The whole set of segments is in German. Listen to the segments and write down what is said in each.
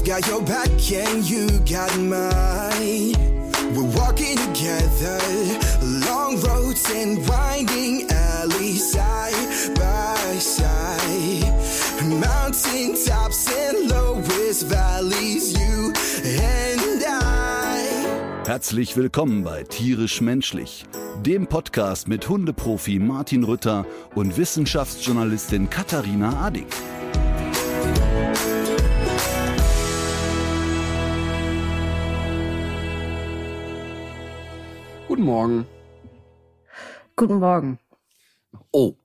got your back and you got mine. We're walking together, long roads and winding alleys, side by side. Mountain tops and lowest valleys, you and I. Herzlich willkommen bei Tierisch Menschlich, dem Podcast mit Hundeprofi Martin Rütter und Wissenschaftsjournalistin Katharina Adick. Guten Morgen. Guten Morgen. Oh,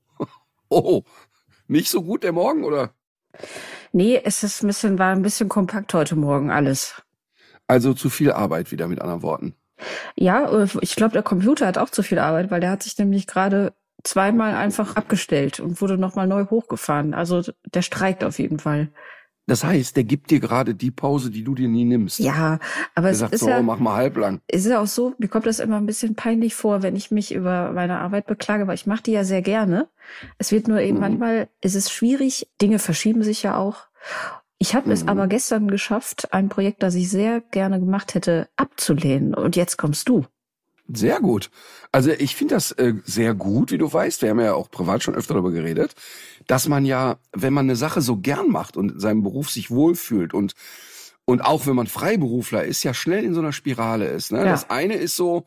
nicht so gut der Morgen, oder? Nee, es ist war ein bisschen kompakt heute Morgen alles. Also zu viel Arbeit wieder, mit anderen Worten. Ja, ich glaube, der Computer hat auch zu viel Arbeit, weil der hat sich nämlich gerade zweimal einfach abgestellt und wurde nochmal neu hochgefahren. Also der streikt auf jeden Fall. Das heißt, der gibt dir gerade die Pause, die du dir nie nimmst. Ja, aber der es sagt ist so, ja, mach mal halblang. ist ja auch so, mir kommt das immer ein bisschen peinlich vor, wenn ich mich über meine Arbeit beklage, weil ich mache die ja sehr gerne. Es wird nur eben manchmal, es ist schwierig, Dinge verschieben sich ja auch. Ich habe es aber gestern geschafft, ein Projekt, das ich sehr gerne gemacht hätte, abzulehnen. Und jetzt kommst du. Sehr gut. Also ich finde das sehr gut, wie du weißt. Wir haben ja auch privat schon öfter darüber geredet, dass man ja, wenn man eine Sache so gern macht und in seinem Beruf sich wohlfühlt und auch wenn man Freiberufler ist, ja schnell in so einer Spirale ist. Ne? Ja. Das eine ist so,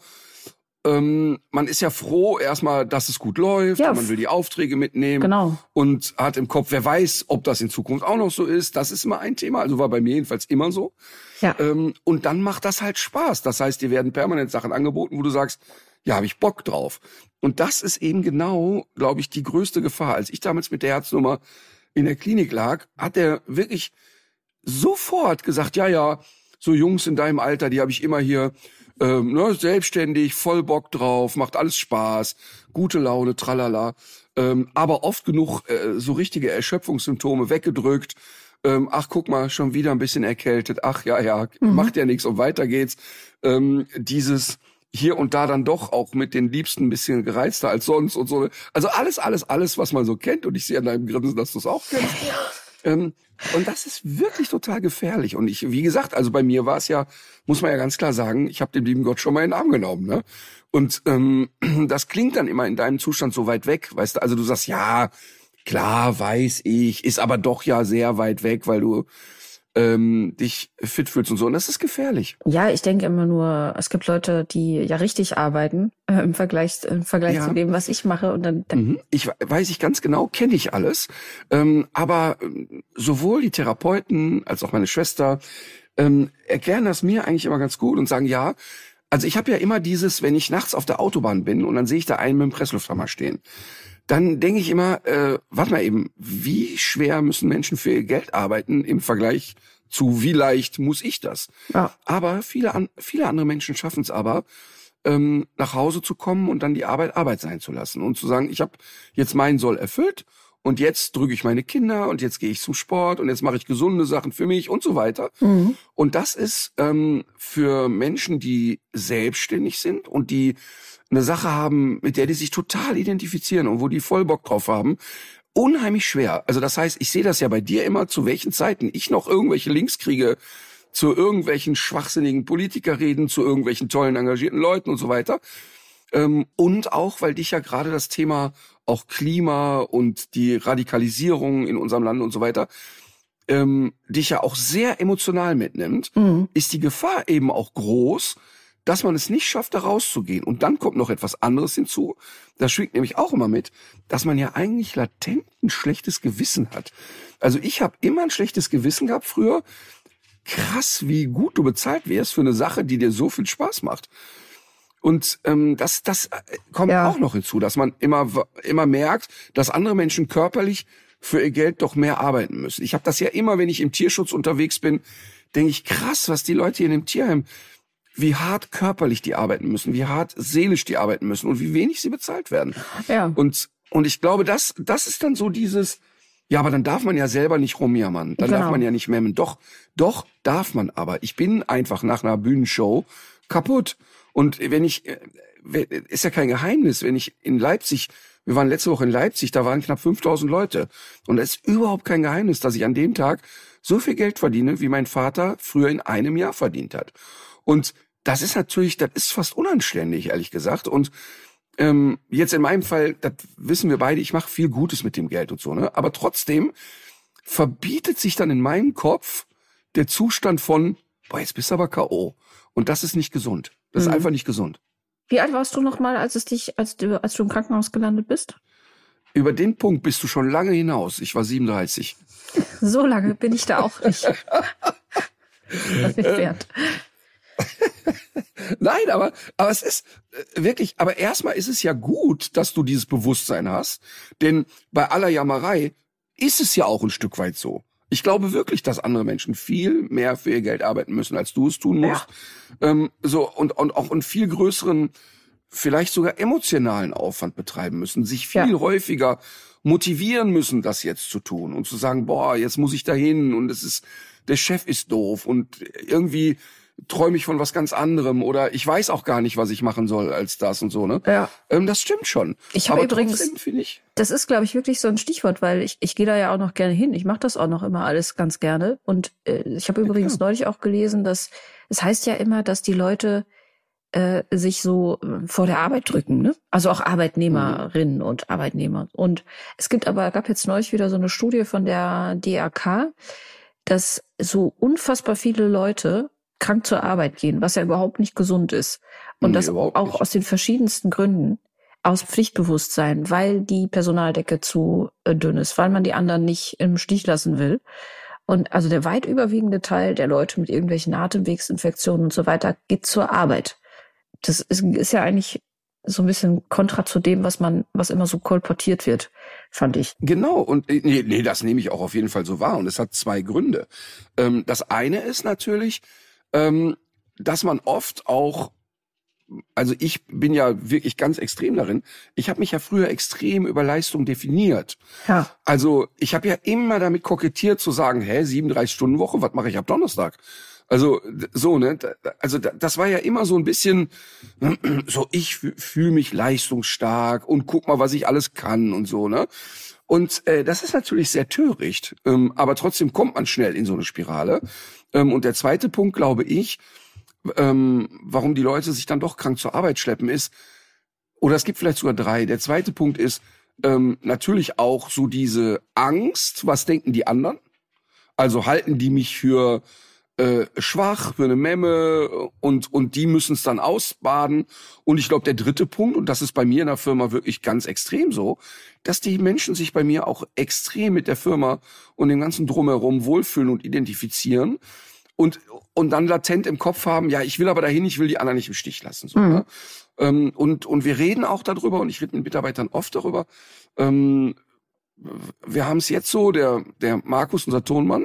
man ist ja froh erstmal, dass es gut läuft, ja, man will die Aufträge mitnehmen, genau, und hat im Kopf, wer weiß, ob das in Zukunft auch noch so ist. Das ist immer ein Thema, also war bei mir jedenfalls immer so. Ja. Und dann macht das halt Spaß. Das heißt, dir werden permanent Sachen angeboten, wo du sagst, ja, habe ich Bock drauf. Und das ist eben genau, glaube ich, die größte Gefahr. Als ich damals mit der Herznummer in der Klinik lag, hat er wirklich sofort gesagt, ja, so Jungs in deinem Alter, die habe ich immer hier, selbstständig, voll Bock drauf, macht alles Spaß, gute Laune, tralala. Aber oft genug so richtige Erschöpfungssymptome weggedrückt. Ach, guck mal, schon wieder ein bisschen erkältet. Ach, ja, macht ja nichts und weiter geht's. Dieses hier und da dann doch auch mit den Liebsten ein bisschen gereizter als sonst und so. Also alles, was man so kennt. Und ich sehe an deinem Grinsen, dass du es auch kennst. Und das ist wirklich total gefährlich. Und wie gesagt, also bei mir war es ja, muss man ja ganz klar sagen, ich habe den lieben Gott schon mal in den Arm genommen, ne? Und das klingt dann immer in deinem Zustand so weit weg, weißt du? Also du sagst, ja, klar, weiß ich, ist aber doch ja sehr weit weg, weil du dich fit fühlst und so. Und das ist gefährlich. Ja, ich denke immer nur, es gibt Leute, die ja richtig arbeiten im Vergleich ja zu dem, was ich mache. Und dann Ich weiß ich ganz genau, kenne ich alles. Aber sowohl die Therapeuten als auch meine Schwester erklären das mir eigentlich immer ganz gut und sagen, ja, also ich habe ja immer dieses, wenn ich nachts auf der Autobahn bin und dann sehe ich da einen mit dem Presslufthammer stehen, dann denke ich immer, warte mal eben, wie schwer müssen Menschen für ihr Geld arbeiten im Vergleich zu wie leicht muss ich das? Ja. Aber viele andere Menschen schaffen es aber, nach Hause zu kommen und dann die Arbeit sein zu lassen und zu sagen, ich habe jetzt meinen Soll erfüllt und jetzt drücke ich meine Kinder und jetzt gehe ich zum Sport und jetzt mache ich gesunde Sachen für mich und so weiter. Und das ist für Menschen, die selbstständig sind und die eine Sache haben, mit der die sich total identifizieren und wo die voll Bock drauf haben, unheimlich schwer. Also das heißt, ich sehe das ja bei dir immer, zu welchen Zeiten ich noch irgendwelche Links kriege zu irgendwelchen schwachsinnigen Politikerreden, zu irgendwelchen tollen, engagierten Leuten und so weiter. Und auch, weil dich ja gerade das Thema auch Klima und die Radikalisierung in unserem Land und so weiter dich ja auch sehr emotional mitnimmt, ist die Gefahr eben auch groß, dass man es nicht schafft, da rauszugehen. Und dann kommt noch etwas anderes hinzu. Das schwingt nämlich auch immer mit, dass man ja eigentlich latent ein schlechtes Gewissen hat. Also ich habe immer ein schlechtes Gewissen gehabt früher. Krass, wie gut du bezahlt wärst für eine Sache, die dir so viel Spaß macht. Und das kommt auch noch hinzu, dass man immer merkt, dass andere Menschen körperlich für ihr Geld doch mehr arbeiten müssen. Ich habe das ja immer, wenn ich im Tierschutz unterwegs bin, denke ich, krass, was die Leute hier in dem Tierheim, wie hart körperlich die arbeiten müssen, wie hart seelisch die arbeiten müssen und wie wenig sie bezahlt werden. Ja. Und ich glaube, das ist dann so dieses, ja, aber dann darf man ja selber nicht rumjammern. Dann darf man ja nicht memmen. Doch darf man aber. Ich bin einfach nach einer Bühnenshow kaputt. Und ist ja kein Geheimnis, wenn ich in Leipzig, wir waren letzte Woche in Leipzig, da waren knapp 5.000 Leute. Und es ist überhaupt kein Geheimnis, dass ich an dem Tag so viel Geld verdiene, wie mein Vater früher in einem Jahr verdient hat. Und das ist natürlich, das ist fast unanständig, ehrlich gesagt. Und jetzt in meinem Fall, das wissen wir beide, ich mache viel Gutes mit dem Geld und so, ne? Aber trotzdem verbietet sich dann in meinem Kopf der Zustand von, boah, jetzt bist du aber K.O. Und das ist nicht gesund. Das ist einfach nicht gesund. Wie alt warst du noch mal, als du im Krankenhaus gelandet bist? Über den Punkt bist du schon lange hinaus. Ich war 37. So lange bin ich da auch nicht. Das wird wert. Nein, aber es ist wirklich, aber erstmal ist es ja gut, dass du dieses Bewusstsein hast, denn bei aller Jammerei ist es ja auch ein Stück weit so. Ich glaube wirklich, dass andere Menschen viel mehr für ihr Geld arbeiten müssen, als du es tun musst. Ja. Und auch einen viel größeren, vielleicht sogar emotionalen Aufwand betreiben müssen, sich viel häufiger motivieren müssen, das jetzt zu tun und zu sagen, boah, jetzt muss ich dahin und der Chef ist doof und irgendwie träume ich von was ganz anderem oder ich weiß auch gar nicht, was ich machen soll als das und so, ne? Ja. Das stimmt schon. Ich habe übrigens, das ist, glaube ich, wirklich so ein Stichwort, weil ich gehe da ja auch noch gerne hin. Ich mache das auch noch immer alles ganz gerne. Und ich habe übrigens neulich auch gelesen, dass es heißt ja immer, dass die Leute sich so vor der Arbeit drücken, ne? Also auch Arbeitnehmerinnen und Arbeitnehmer. Und gab jetzt neulich wieder so eine Studie von der DRK, dass so unfassbar viele Leute krank zur Arbeit gehen, was ja überhaupt nicht gesund ist. Und das auch aus den verschiedensten Gründen. Aus Pflichtbewusstsein, weil die Personaldecke zu dünn ist, weil man die anderen nicht im Stich lassen will. Und also der weit überwiegende Teil der Leute mit irgendwelchen Atemwegsinfektionen und so weiter geht zur Arbeit. Das ist ja eigentlich so ein bisschen kontra zu dem, was immer so kolportiert wird, fand ich. Genau, und nee, das nehme ich auch auf jeden Fall so wahr. Und es hat zwei Gründe. Das eine ist natürlich, dass man oft auch, also ich bin ja wirklich ganz extrem darin, ich habe mich ja früher extrem über Leistung definiert. Ja. Also ich habe ja immer damit kokettiert zu sagen, 37-Stunden-Woche, was mache ich ab Donnerstag? Also so, ne? Also das war ja immer so ein bisschen so, ich fühle mich leistungsstark und guck mal, was ich alles kann und so, ne? Und das ist natürlich sehr töricht, aber trotzdem kommt man schnell in so eine Spirale. Und der zweite Punkt, glaube ich, warum die Leute sich dann doch krank zur Arbeit schleppen, ist, oder es gibt vielleicht sogar drei. Der zweite Punkt ist natürlich auch so diese Angst, was denken die anderen? Also halten die mich für schwach, für eine Memme und die müssen es dann ausbaden. Und ich glaube, der dritte Punkt, und das ist bei mir in der Firma wirklich ganz extrem so, dass die Menschen sich bei mir auch extrem mit der Firma und dem ganzen Drumherum wohlfühlen und identifizieren und dann latent im Kopf haben, ja, ich will aber dahin, ich will die anderen nicht im Stich lassen. So, ne? Und wir reden auch darüber, und ich rede mit Mitarbeitern oft darüber. Wir haben es jetzt so, der Markus, unser Tonmann,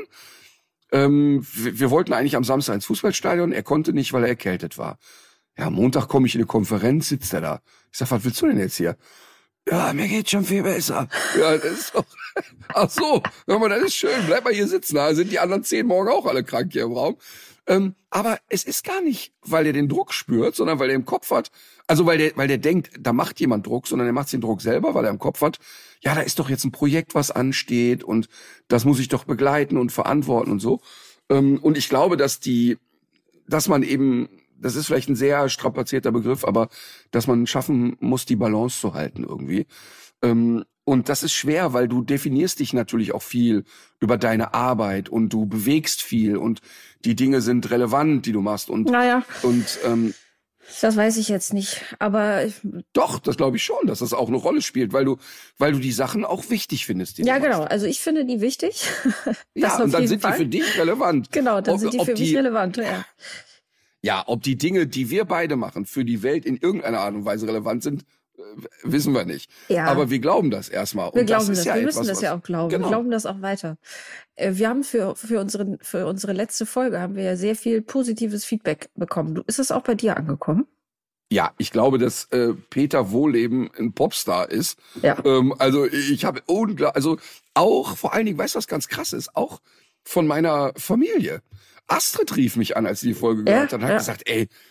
wir wollten eigentlich am Samstag ins Fußballstadion, er konnte nicht, weil er erkältet war. Ja, Montag komme ich in eine Konferenz, sitzt er da. Ich sag, was willst du denn jetzt hier? Ja, mir geht's schon viel besser. Ja, das ist doch, ach so, hör mal, das ist schön, bleib mal hier sitzen. Da sind die anderen 10 morgen auch alle krank hier im Raum. Aber es ist gar nicht, weil er den Druck spürt, sondern weil er im Kopf hat, also weil der denkt, da macht jemand Druck, sondern er macht den Druck selber, weil er im Kopf hat, ja, da ist doch jetzt ein Projekt, was ansteht und das muss ich doch begleiten und verantworten und so. Und ich glaube, dass man eben, das ist vielleicht ein sehr strapazierter Begriff, aber dass man schaffen muss, die Balance zu halten irgendwie. Und das ist schwer, weil du definierst dich natürlich auch viel über deine Arbeit und du bewegst viel und die Dinge sind relevant, die du machst. Und, naja. Und das weiß ich jetzt nicht, aber doch, das glaube ich schon, dass das auch eine Rolle spielt, weil du die Sachen auch wichtig findest. Ja, genau. Also ich finde die wichtig. Ja, und dann sind die für dich relevant. Genau, dann sind die für mich relevant. Ja. Ja, ob die Dinge, die wir beide machen, für die Welt in irgendeiner Art und Weise relevant sind, wissen wir nicht. Ja. Aber wir glauben das erstmal. Wir glauben das. Wir müssen das ja auch glauben. Genau. Wir glauben das auch weiter. Wir haben für unsere letzte Folge haben wir ja sehr viel positives Feedback bekommen. Ist das auch bei dir angekommen? Ja, ich glaube, dass Peter Wohleben ein Popstar ist. Ja. Also ich habe also auch vor allen Dingen, weißt du, was ganz krass ist? Auch von meiner Familie. Astrid rief mich an, als sie die Folge gehört hat und hat gesagt, ey,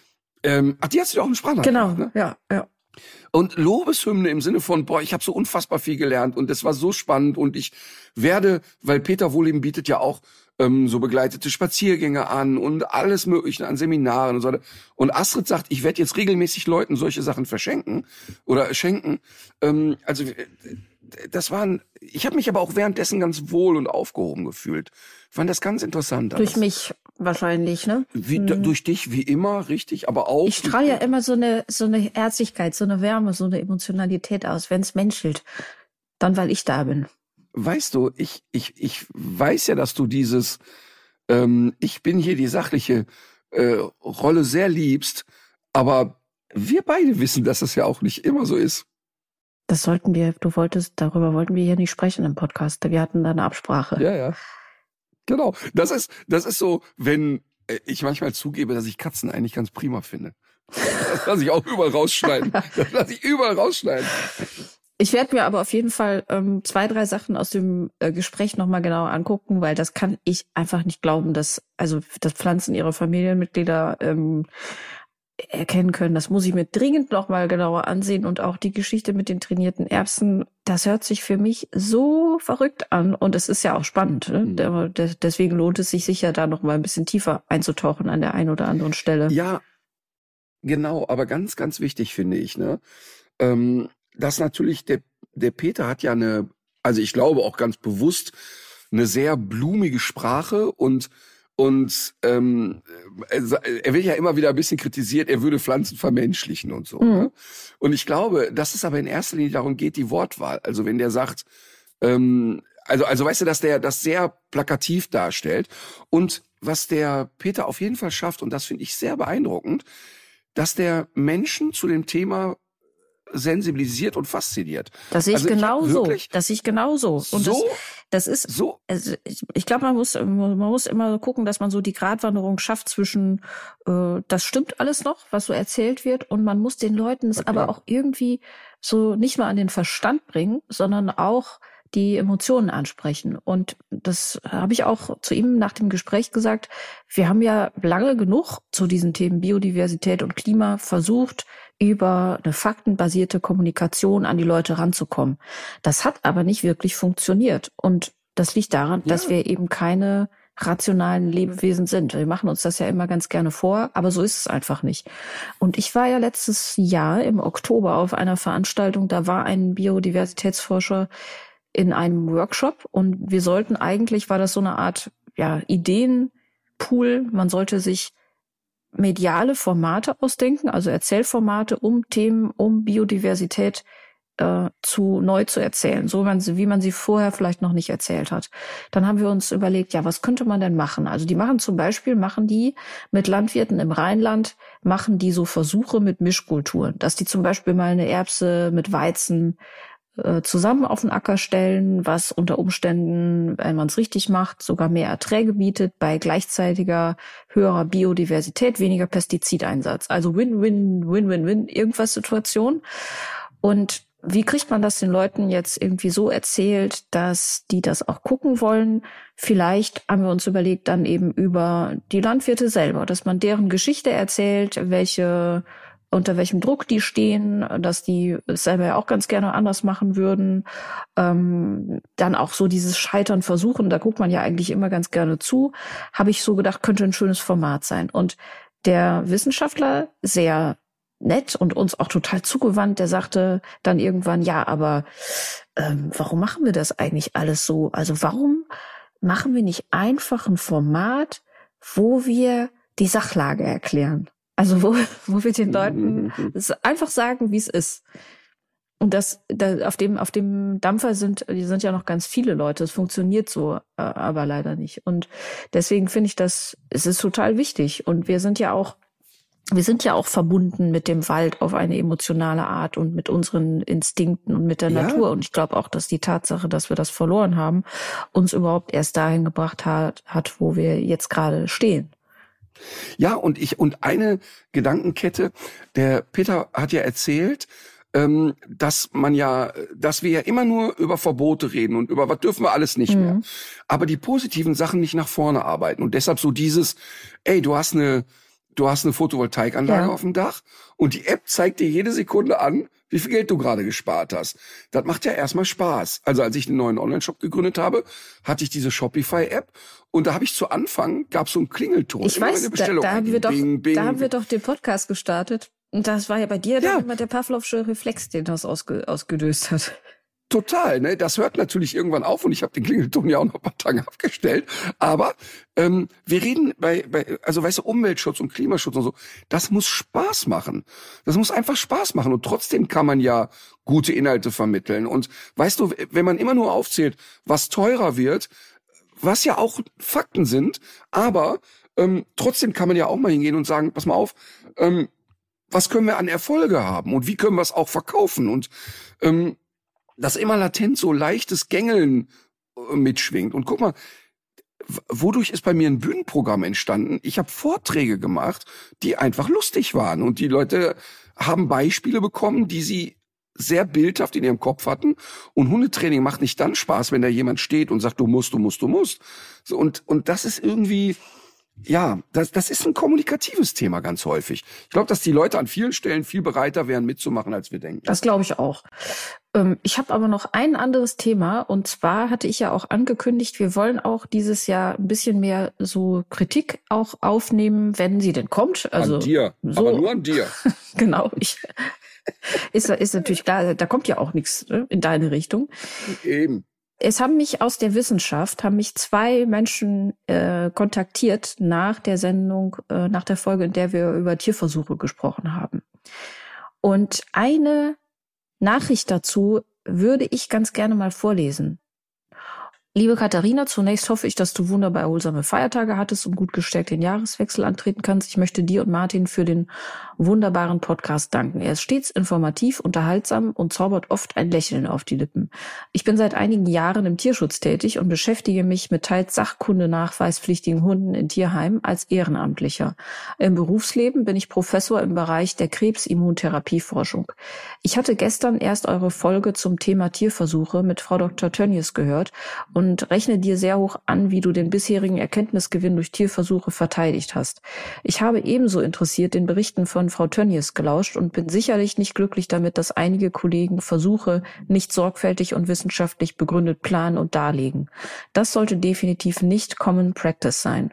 Die hast du auch in Sprachnachricht Genau, gemacht, ne? Ja. Und Lobeshymne im Sinne von, ich habe so unfassbar viel gelernt und es war so spannend und ich werde, weil Peter Wohleben bietet ja auch so begleitete Spaziergänge an und alles Mögliche an Seminaren und so. Und Astrid sagt, ich werde jetzt regelmäßig Leuten solche Sachen verschenken oder schenken. Also ich habe mich aber auch währenddessen ganz wohl und aufgehoben gefühlt. Ich fand das ganz interessant. Durch mich wahrscheinlich, ne? Durch dich, wie immer, richtig, aber auch. Ich strahle ja immer so eine Herzlichkeit, so eine Wärme, so eine Emotionalität aus, wenn es menschelt. Dann, weil ich da bin. Weißt du, ich weiß ja, dass du dieses ich bin hier die sachliche Rolle sehr liebst, aber wir beide wissen, dass es ja auch nicht immer so ist. Darüber wollten wir hier nicht sprechen im Podcast. Wir hatten da eine Absprache. Ja. Genau. Das ist so, wenn ich manchmal zugebe, dass ich Katzen eigentlich ganz prima finde. Das lasse ich auch überall rausschneiden. Ich werde mir aber auf jeden Fall 2, 3 Sachen aus dem Gespräch nochmal genauer angucken, weil das kann ich einfach nicht glauben, dass Pflanzen ihre Familienmitglieder erkennen können. Das muss ich mir dringend nochmal genauer ansehen und auch die Geschichte mit den trainierten Erbsen, das hört sich für mich so verrückt an und es ist ja auch spannend. Ne? Deswegen lohnt es sich sicher, da nochmal ein bisschen tiefer einzutauchen an der einen oder anderen Stelle. Ja, genau, aber ganz, ganz wichtig finde ich, ne? Dass natürlich der Peter hat ja also ich glaube auch ganz bewusst eine sehr blumige Sprache und er wird ja immer wieder ein bisschen kritisiert, er würde Pflanzen vermenschlichen und so. Ne? Und ich glaube, dass es aber in erster Linie darum geht, die Wortwahl. Also wenn der sagt, also weißt du, dass der das sehr plakativ darstellt. Und was der Peter auf jeden Fall schafft, und das finde ich sehr beeindruckend, dass der Menschen zu dem Thema sensibilisiert und fasziniert. Das sehe ich genauso. Das sehe ich genauso. Und das ist so. Also ich glaube, man muss immer gucken, dass man so die Gratwanderung schafft zwischen, das stimmt alles noch, was so erzählt wird, und man muss den Leuten es aber auch irgendwie so nicht mal an den Verstand bringen, sondern auch die Emotionen ansprechen. Und das habe ich auch zu ihm nach dem Gespräch gesagt. Wir haben ja lange genug zu diesen Themen Biodiversität und Klima versucht, über eine faktenbasierte Kommunikation an die Leute ranzukommen. Das hat aber nicht wirklich funktioniert. Und das liegt daran, dass wir eben keine rationalen Lebewesen sind. Wir machen uns das ja immer ganz gerne vor, aber so ist es einfach nicht. Und ich war ja letztes Jahr im Oktober auf einer Veranstaltung, da war ein Biodiversitätsforscher in einem Workshop und wir sollten eigentlich, war das so eine Art Ideenpool, man sollte sich mediale Formate ausdenken, also Erzählformate, um Themen, um Biodiversität neu zu erzählen, so wie man sie vorher vielleicht noch nicht erzählt hat. Dann haben wir uns überlegt, was könnte man denn machen? Also die machen mit Landwirten im Rheinland, machen die so Versuche mit Mischkulturen, dass die zum Beispiel mal eine Erbse mit Weizen zusammen auf den Acker stellen, was unter Umständen, wenn man es richtig macht, sogar mehr Erträge bietet, bei gleichzeitiger höherer Biodiversität, weniger Pestizideinsatz. Also Win-Win-Win-Win, irgendwas Situation. Und wie kriegt man das den Leuten jetzt irgendwie so erzählt, dass die das auch gucken wollen? Vielleicht haben wir uns überlegt, dann eben über die Landwirte selber, dass man deren Geschichte erzählt, unter welchem Druck die stehen, dass die es selber ja auch ganz gerne anders machen würden. Dann auch so dieses Scheitern versuchen, da guckt man ja eigentlich immer ganz gerne zu. Habe ich so gedacht, könnte ein schönes Format sein. Und der Wissenschaftler, sehr nett und uns auch total zugewandt, der sagte dann irgendwann, aber warum machen wir das eigentlich alles so? Also warum machen wir nicht einfach ein Format, wo wir die Sachlage erklären? Also wo wir den Leuten einfach sagen, wie es ist. Und auf dem Dampfer sind ja noch ganz viele Leute. Es funktioniert so, aber leider nicht. Und deswegen finde ich es ist total wichtig. Und wir sind ja auch verbunden mit dem Wald auf eine emotionale Art und mit unseren Instinkten und mit der Natur. Und ich glaube auch, dass die Tatsache, dass wir das verloren haben, uns überhaupt erst dahin gebracht hat, wo wir jetzt gerade stehen. Ja, und eine Gedankenkette, der Peter hat ja erzählt, dass wir ja immer nur über Verbote reden und über was dürfen wir alles nicht mehr. Aber die positiven Sachen nicht nach vorne arbeiten. Und deshalb so dieses, du hast eine du hast eine Photovoltaikanlage auf dem Dach und die App zeigt dir jede Sekunde an, wie viel Geld du gerade gespart hast. Das macht ja erstmal Spaß. Also als ich einen neuen Online-Shop gegründet habe, hatte ich diese Shopify-App und da habe ich zu Anfang, gab es so einen Klingelton. Ich weiß, da haben wir doch den Podcast gestartet. Und das war ja bei dir dann immer der Pavlovsche Reflex, den das ausgelöst hat. Total, ne? Das hört natürlich irgendwann auf und ich habe den Klingelton ja auch noch ein paar Tage abgestellt. Aber wir reden also weißt du, Umweltschutz und Klimaschutz und so, das muss Spaß machen. Das muss einfach Spaß machen und trotzdem kann man ja gute Inhalte vermitteln. Und weißt du, wenn man immer nur aufzählt, was teurer wird, was ja auch Fakten sind, aber trotzdem kann man ja auch mal hingehen und sagen, pass mal auf, was können wir an Erfolge haben und wie können wir es auch verkaufen und dass immer latent so leichtes Gängeln mitschwingt. Und guck mal, wodurch ist bei mir ein Bühnenprogramm entstanden? Ich habe Vorträge gemacht, die einfach lustig waren. Und die Leute haben Beispiele bekommen, die sie sehr bildhaft in ihrem Kopf hatten. Und Hundetraining macht nicht dann Spaß, wenn da jemand steht und sagt, du musst. So, und das ist irgendwie... Ja, das ist ein kommunikatives Thema ganz häufig. Ich glaube, dass die Leute an vielen Stellen viel bereiter wären, mitzumachen, als wir denken. Das glaube ich auch. Ich habe aber noch ein anderes Thema. Und zwar hatte ich ja auch angekündigt, wir wollen auch dieses Jahr ein bisschen mehr so Kritik auch aufnehmen, wenn sie denn kommt. Also an dir, so. Aber nur an dir. Genau. Ist natürlich klar, da kommt ja auch nichts in deine Richtung. Eben. Es haben mich aus der Wissenschaft, 2 Menschen kontaktiert nach der Sendung, nach der Folge, in der wir über Tierversuche gesprochen haben. Und eine Nachricht dazu würde ich ganz gerne mal vorlesen. Liebe Katharina, zunächst hoffe ich, dass du wunderbar erholsame Feiertage hattest und gut gestärkt den Jahreswechsel antreten kannst. Ich möchte dir und Martin für den wunderbaren Podcast danken. Er ist stets informativ, unterhaltsam und zaubert oft ein Lächeln auf die Lippen. Ich bin seit einigen Jahren im Tierschutz tätig und beschäftige mich mit teils sachkundenachweispflichtigen Hunden in Tierheimen als Ehrenamtlicher. Im Berufsleben bin ich Professor im Bereich der Krebsimmuntherapieforschung. Ich hatte gestern erst eure Folge zum Thema Tierversuche mit Frau Dr. Tönnies gehört und rechne dir sehr hoch an, wie du den bisherigen Erkenntnisgewinn durch Tierversuche verteidigt hast. Ich habe ebenso interessiert den Berichten von Frau Tönnies gelauscht und bin sicherlich nicht glücklich damit, dass einige Kollegen Versuche nicht sorgfältig und wissenschaftlich begründet planen und darlegen. Das sollte definitiv nicht Common Practice sein.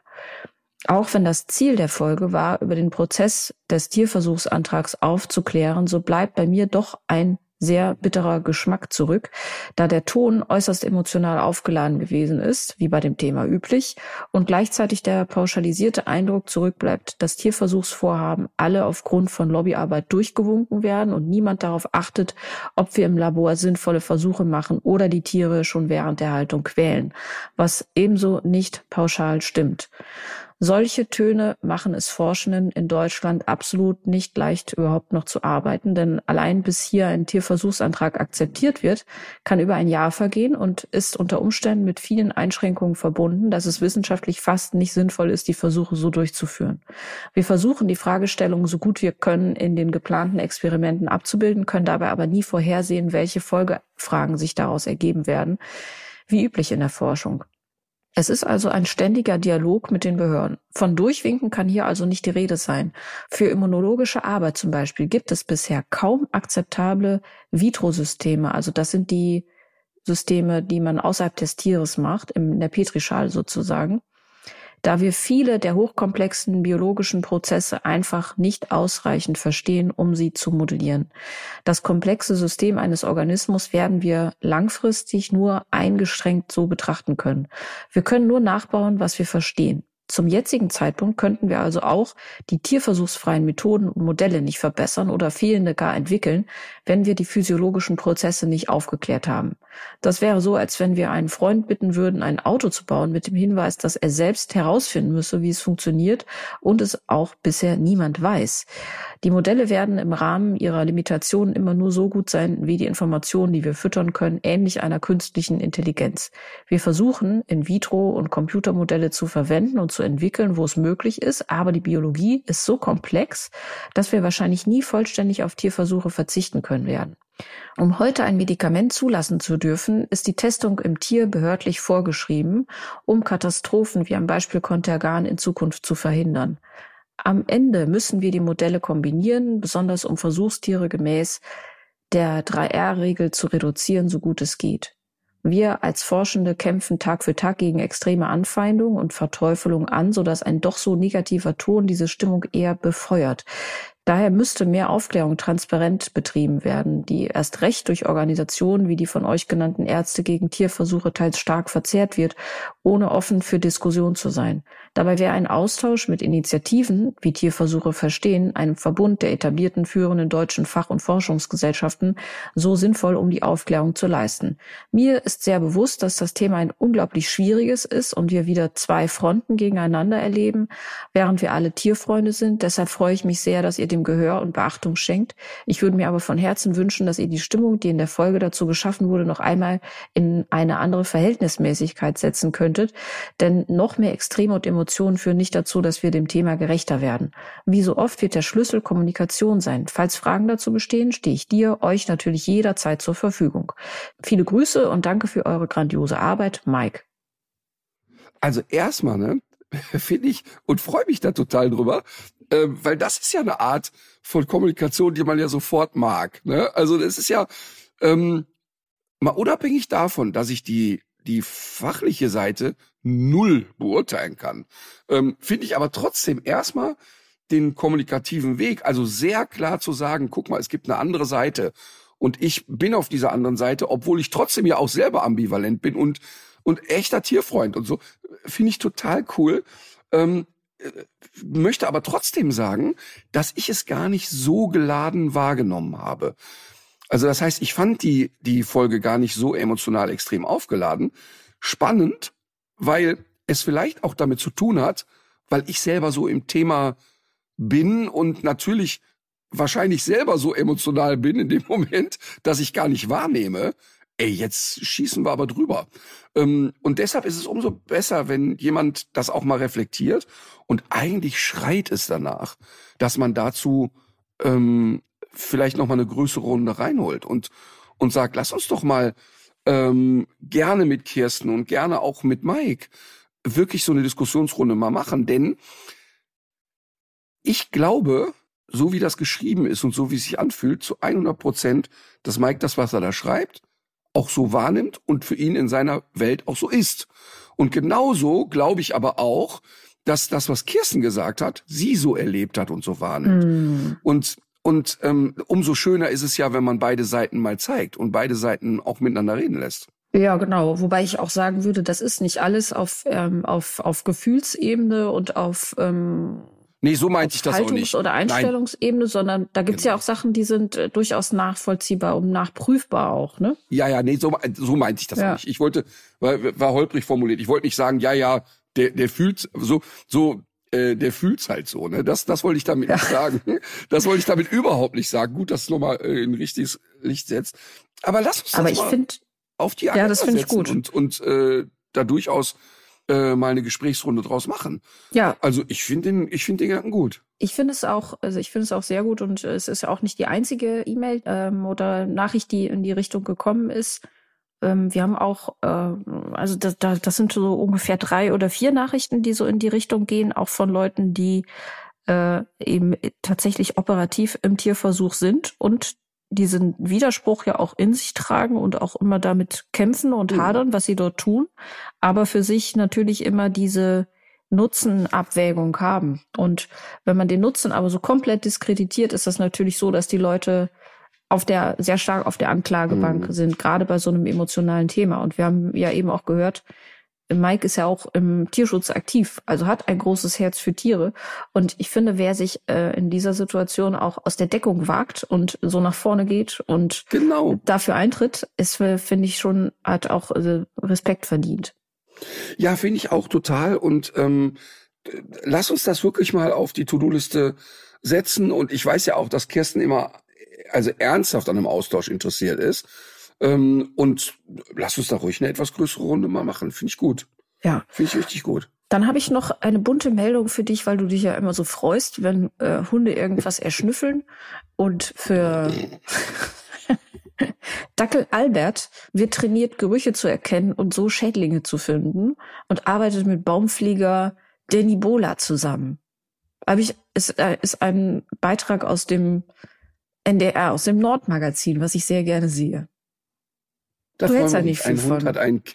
Auch wenn das Ziel der Folge war, über den Prozess des Tierversuchsantrags aufzuklären, so bleibt bei mir doch ein sehr bitterer Geschmack zurück, da der Ton äußerst emotional aufgeladen gewesen ist, wie bei dem Thema üblich, und gleichzeitig der pauschalisierte Eindruck zurückbleibt, dass Tierversuchsvorhaben alle aufgrund von Lobbyarbeit durchgewunken werden und niemand darauf achtet, ob wir im Labor sinnvolle Versuche machen oder die Tiere schon während der Haltung quälen, was ebenso nicht pauschal stimmt. Solche Töne machen es Forschenden in Deutschland absolut nicht leicht, überhaupt noch zu arbeiten, denn allein bis hier ein Tierversuchsantrag akzeptiert wird, kann über ein Jahr vergehen und ist unter Umständen mit vielen Einschränkungen verbunden, dass es wissenschaftlich fast nicht sinnvoll ist, die Versuche so durchzuführen. Wir versuchen, die Fragestellungen so gut wir können in den geplanten Experimenten abzubilden, können dabei aber nie vorhersehen, welche Folgefragen sich daraus ergeben werden, wie üblich in der Forschung. Es ist also ein ständiger Dialog mit den Behörden. Von Durchwinken kann hier also nicht die Rede sein. Für immunologische Arbeit zum Beispiel gibt es bisher kaum akzeptable Vitrosysteme. Also das sind die Systeme, die man außerhalb des Tieres macht, in der Petrischale sozusagen. Da wir viele der hochkomplexen biologischen Prozesse einfach nicht ausreichend verstehen, um sie zu modellieren. Das komplexe System eines Organismus werden wir langfristig nur eingeschränkt so betrachten können. Wir können nur nachbauen, was wir verstehen. Zum jetzigen Zeitpunkt könnten wir also auch die tierversuchsfreien Methoden und Modelle nicht verbessern oder fehlende gar entwickeln, wenn wir die physiologischen Prozesse nicht aufgeklärt haben. Das wäre so, als wenn wir einen Freund bitten würden, ein Auto zu bauen mit dem Hinweis, dass er selbst herausfinden müsse, wie es funktioniert und es auch bisher niemand weiß. Die Modelle werden im Rahmen ihrer Limitationen immer nur so gut sein, wie die Informationen, die wir füttern können, ähnlich einer künstlichen Intelligenz. Wir versuchen, in vitro und Computermodelle zu verwenden und zu entwickeln, wo es möglich ist, aber die Biologie ist so komplex, dass wir wahrscheinlich nie vollständig auf Tierversuche verzichten können werden. Um heute ein Medikament zulassen zu dürfen, ist die Testung im Tier behördlich vorgeschrieben, um Katastrophen wie am Beispiel Contergan in Zukunft zu verhindern. Am Ende müssen wir die Modelle kombinieren, besonders um Versuchstiere gemäß der 3R-Regel zu reduzieren, so gut es geht. Wir als Forschende kämpfen Tag für Tag gegen extreme Anfeindung und Verteufelung an, sodass ein doch so negativer Ton diese Stimmung eher befeuert. Daher müsste mehr Aufklärung transparent betrieben werden, die erst recht durch Organisationen wie die von euch genannten Ärzte gegen Tierversuche teils stark verzerrt wird, ohne offen für Diskussion zu sein. Dabei wäre ein Austausch mit Initiativen, wie Tierversuche verstehen, einem Verbund der etablierten führenden deutschen Fach- und Forschungsgesellschaften, so sinnvoll, um die Aufklärung zu leisten. Mir ist sehr bewusst, dass das Thema ein unglaublich schwieriges ist und wir wieder zwei Fronten gegeneinander erleben, während wir alle Tierfreunde sind. Deshalb freue ich mich sehr, dass ihr dem Gehör und Beachtung schenkt. Ich würde mir aber von Herzen wünschen, dass ihr die Stimmung, die in der Folge dazu geschaffen wurde, noch einmal in eine andere Verhältnismäßigkeit setzen könntet. Denn noch mehr Extreme und Emotionen führen nicht dazu, dass wir dem Thema gerechter werden. Wie so oft wird der Schlüssel Kommunikation sein. Falls Fragen dazu bestehen, stehe ich dir, euch natürlich jederzeit zur Verfügung. Viele Grüße und danke für eure grandiose Arbeit, Mike. Also erstmal, finde ich und freue mich da total drüber, weil das ist ja eine Art von Kommunikation, die man ja sofort mag. Ne? Also das ist ja mal unabhängig davon, dass ich die fachliche Seite null beurteilen kann, finde ich aber trotzdem erstmal den kommunikativen Weg, also sehr klar zu sagen, guck mal, es gibt eine andere Seite und ich bin auf dieser anderen Seite, obwohl ich trotzdem ja auch selber ambivalent bin und echter Tierfreund und so, finde ich total cool. Möchte aber trotzdem sagen, dass ich es gar nicht so geladen wahrgenommen habe. Also das heißt, ich fand die Folge gar nicht so emotional extrem aufgeladen. Spannend, weil es vielleicht auch damit zu tun hat, weil ich selber so im Thema bin und natürlich wahrscheinlich selber so emotional bin in dem Moment, dass ich gar nicht wahrnehme, jetzt schießen wir aber drüber. Und deshalb ist es umso besser, wenn jemand das auch mal reflektiert und eigentlich schreit es danach, dass man dazu vielleicht noch mal eine größere Runde reinholt und sagt, lass uns doch mal gerne mit Kirsten und gerne auch mit Mike wirklich so eine Diskussionsrunde mal machen, denn ich glaube, so wie das geschrieben ist und so wie es sich anfühlt, zu 100%, dass Mike das, was er da schreibt, auch so wahrnimmt und für ihn in seiner Welt auch so ist. Und genauso glaube ich aber auch, dass das, was Kirsten gesagt hat, sie so erlebt hat und so wahrnimmt. Und umso schöner ist es ja, wenn man beide Seiten mal zeigt und beide Seiten auch miteinander reden lässt. Ja, genau. Wobei ich auch sagen würde, das ist nicht alles auf Gefühlsebene und auf nee, so meinte ich das auch nicht. Oder Einstellungsebene, sondern da gibt's ja auch Sachen, die sind durchaus nachvollziehbar und nachprüfbar auch, ne? Ja, nee, so meinte ich das auch nicht. Ich wollte, war holprig formuliert. Ich wollte nicht sagen, der fühlt der fühlt's halt so, ne? Das wollte ich damit nicht sagen. Das wollte ich damit überhaupt nicht sagen. Gut, dass es nochmal in richtiges Licht setzt. Aber lass uns das mal auf die Agenda das finde ich gut. Und da durchaus mal eine Gesprächsrunde draus machen. Ja. Also ich finde den Gedanken gut. Ich finde es auch sehr gut und es ist ja auch nicht die einzige E-Mail oder Nachricht, die in die Richtung gekommen ist. Wir haben auch, also das sind so ungefähr 3 oder 4 Nachrichten, die so in die Richtung gehen, auch von Leuten, die eben tatsächlich operativ im Tierversuch sind und diesen Widerspruch ja auch in sich tragen und auch immer damit kämpfen und hadern, was sie dort tun, aber für sich natürlich immer diese Nutzenabwägung haben. Und wenn man den Nutzen aber so komplett diskreditiert, ist das natürlich so, dass die Leute sehr stark auf der Anklagebank sind, gerade bei so einem emotionalen Thema. Und wir haben ja eben auch gehört, Mike ist ja auch im Tierschutz aktiv, also hat ein großes Herz für Tiere. Und ich finde, wer sich in dieser Situation auch aus der Deckung wagt und so nach vorne geht und dafür eintritt, ist, finde ich schon, hat auch Respekt verdient. Ja, finde ich auch total. Und lass uns das wirklich mal auf die To-Do-Liste setzen. Und ich weiß ja auch, dass Kirsten immer ernsthaft an einem Austausch interessiert ist. Und lass uns da ruhig eine etwas größere Runde mal machen. Finde ich gut. Ja. Finde ich richtig gut. Dann habe ich noch eine bunte Meldung für dich, weil du dich ja immer so freust, wenn Hunde irgendwas erschnüffeln. Und für Dackel Albert wird trainiert, Gerüche zu erkennen und so Schädlinge zu finden und arbeitet mit Baumflieger Danny Bola zusammen. Ist ein Beitrag aus dem NDR, aus dem Nordmagazin, was ich sehr gerne sehe. Das Du hältst ja wollen wir nicht ein viel Hund von. hat einen.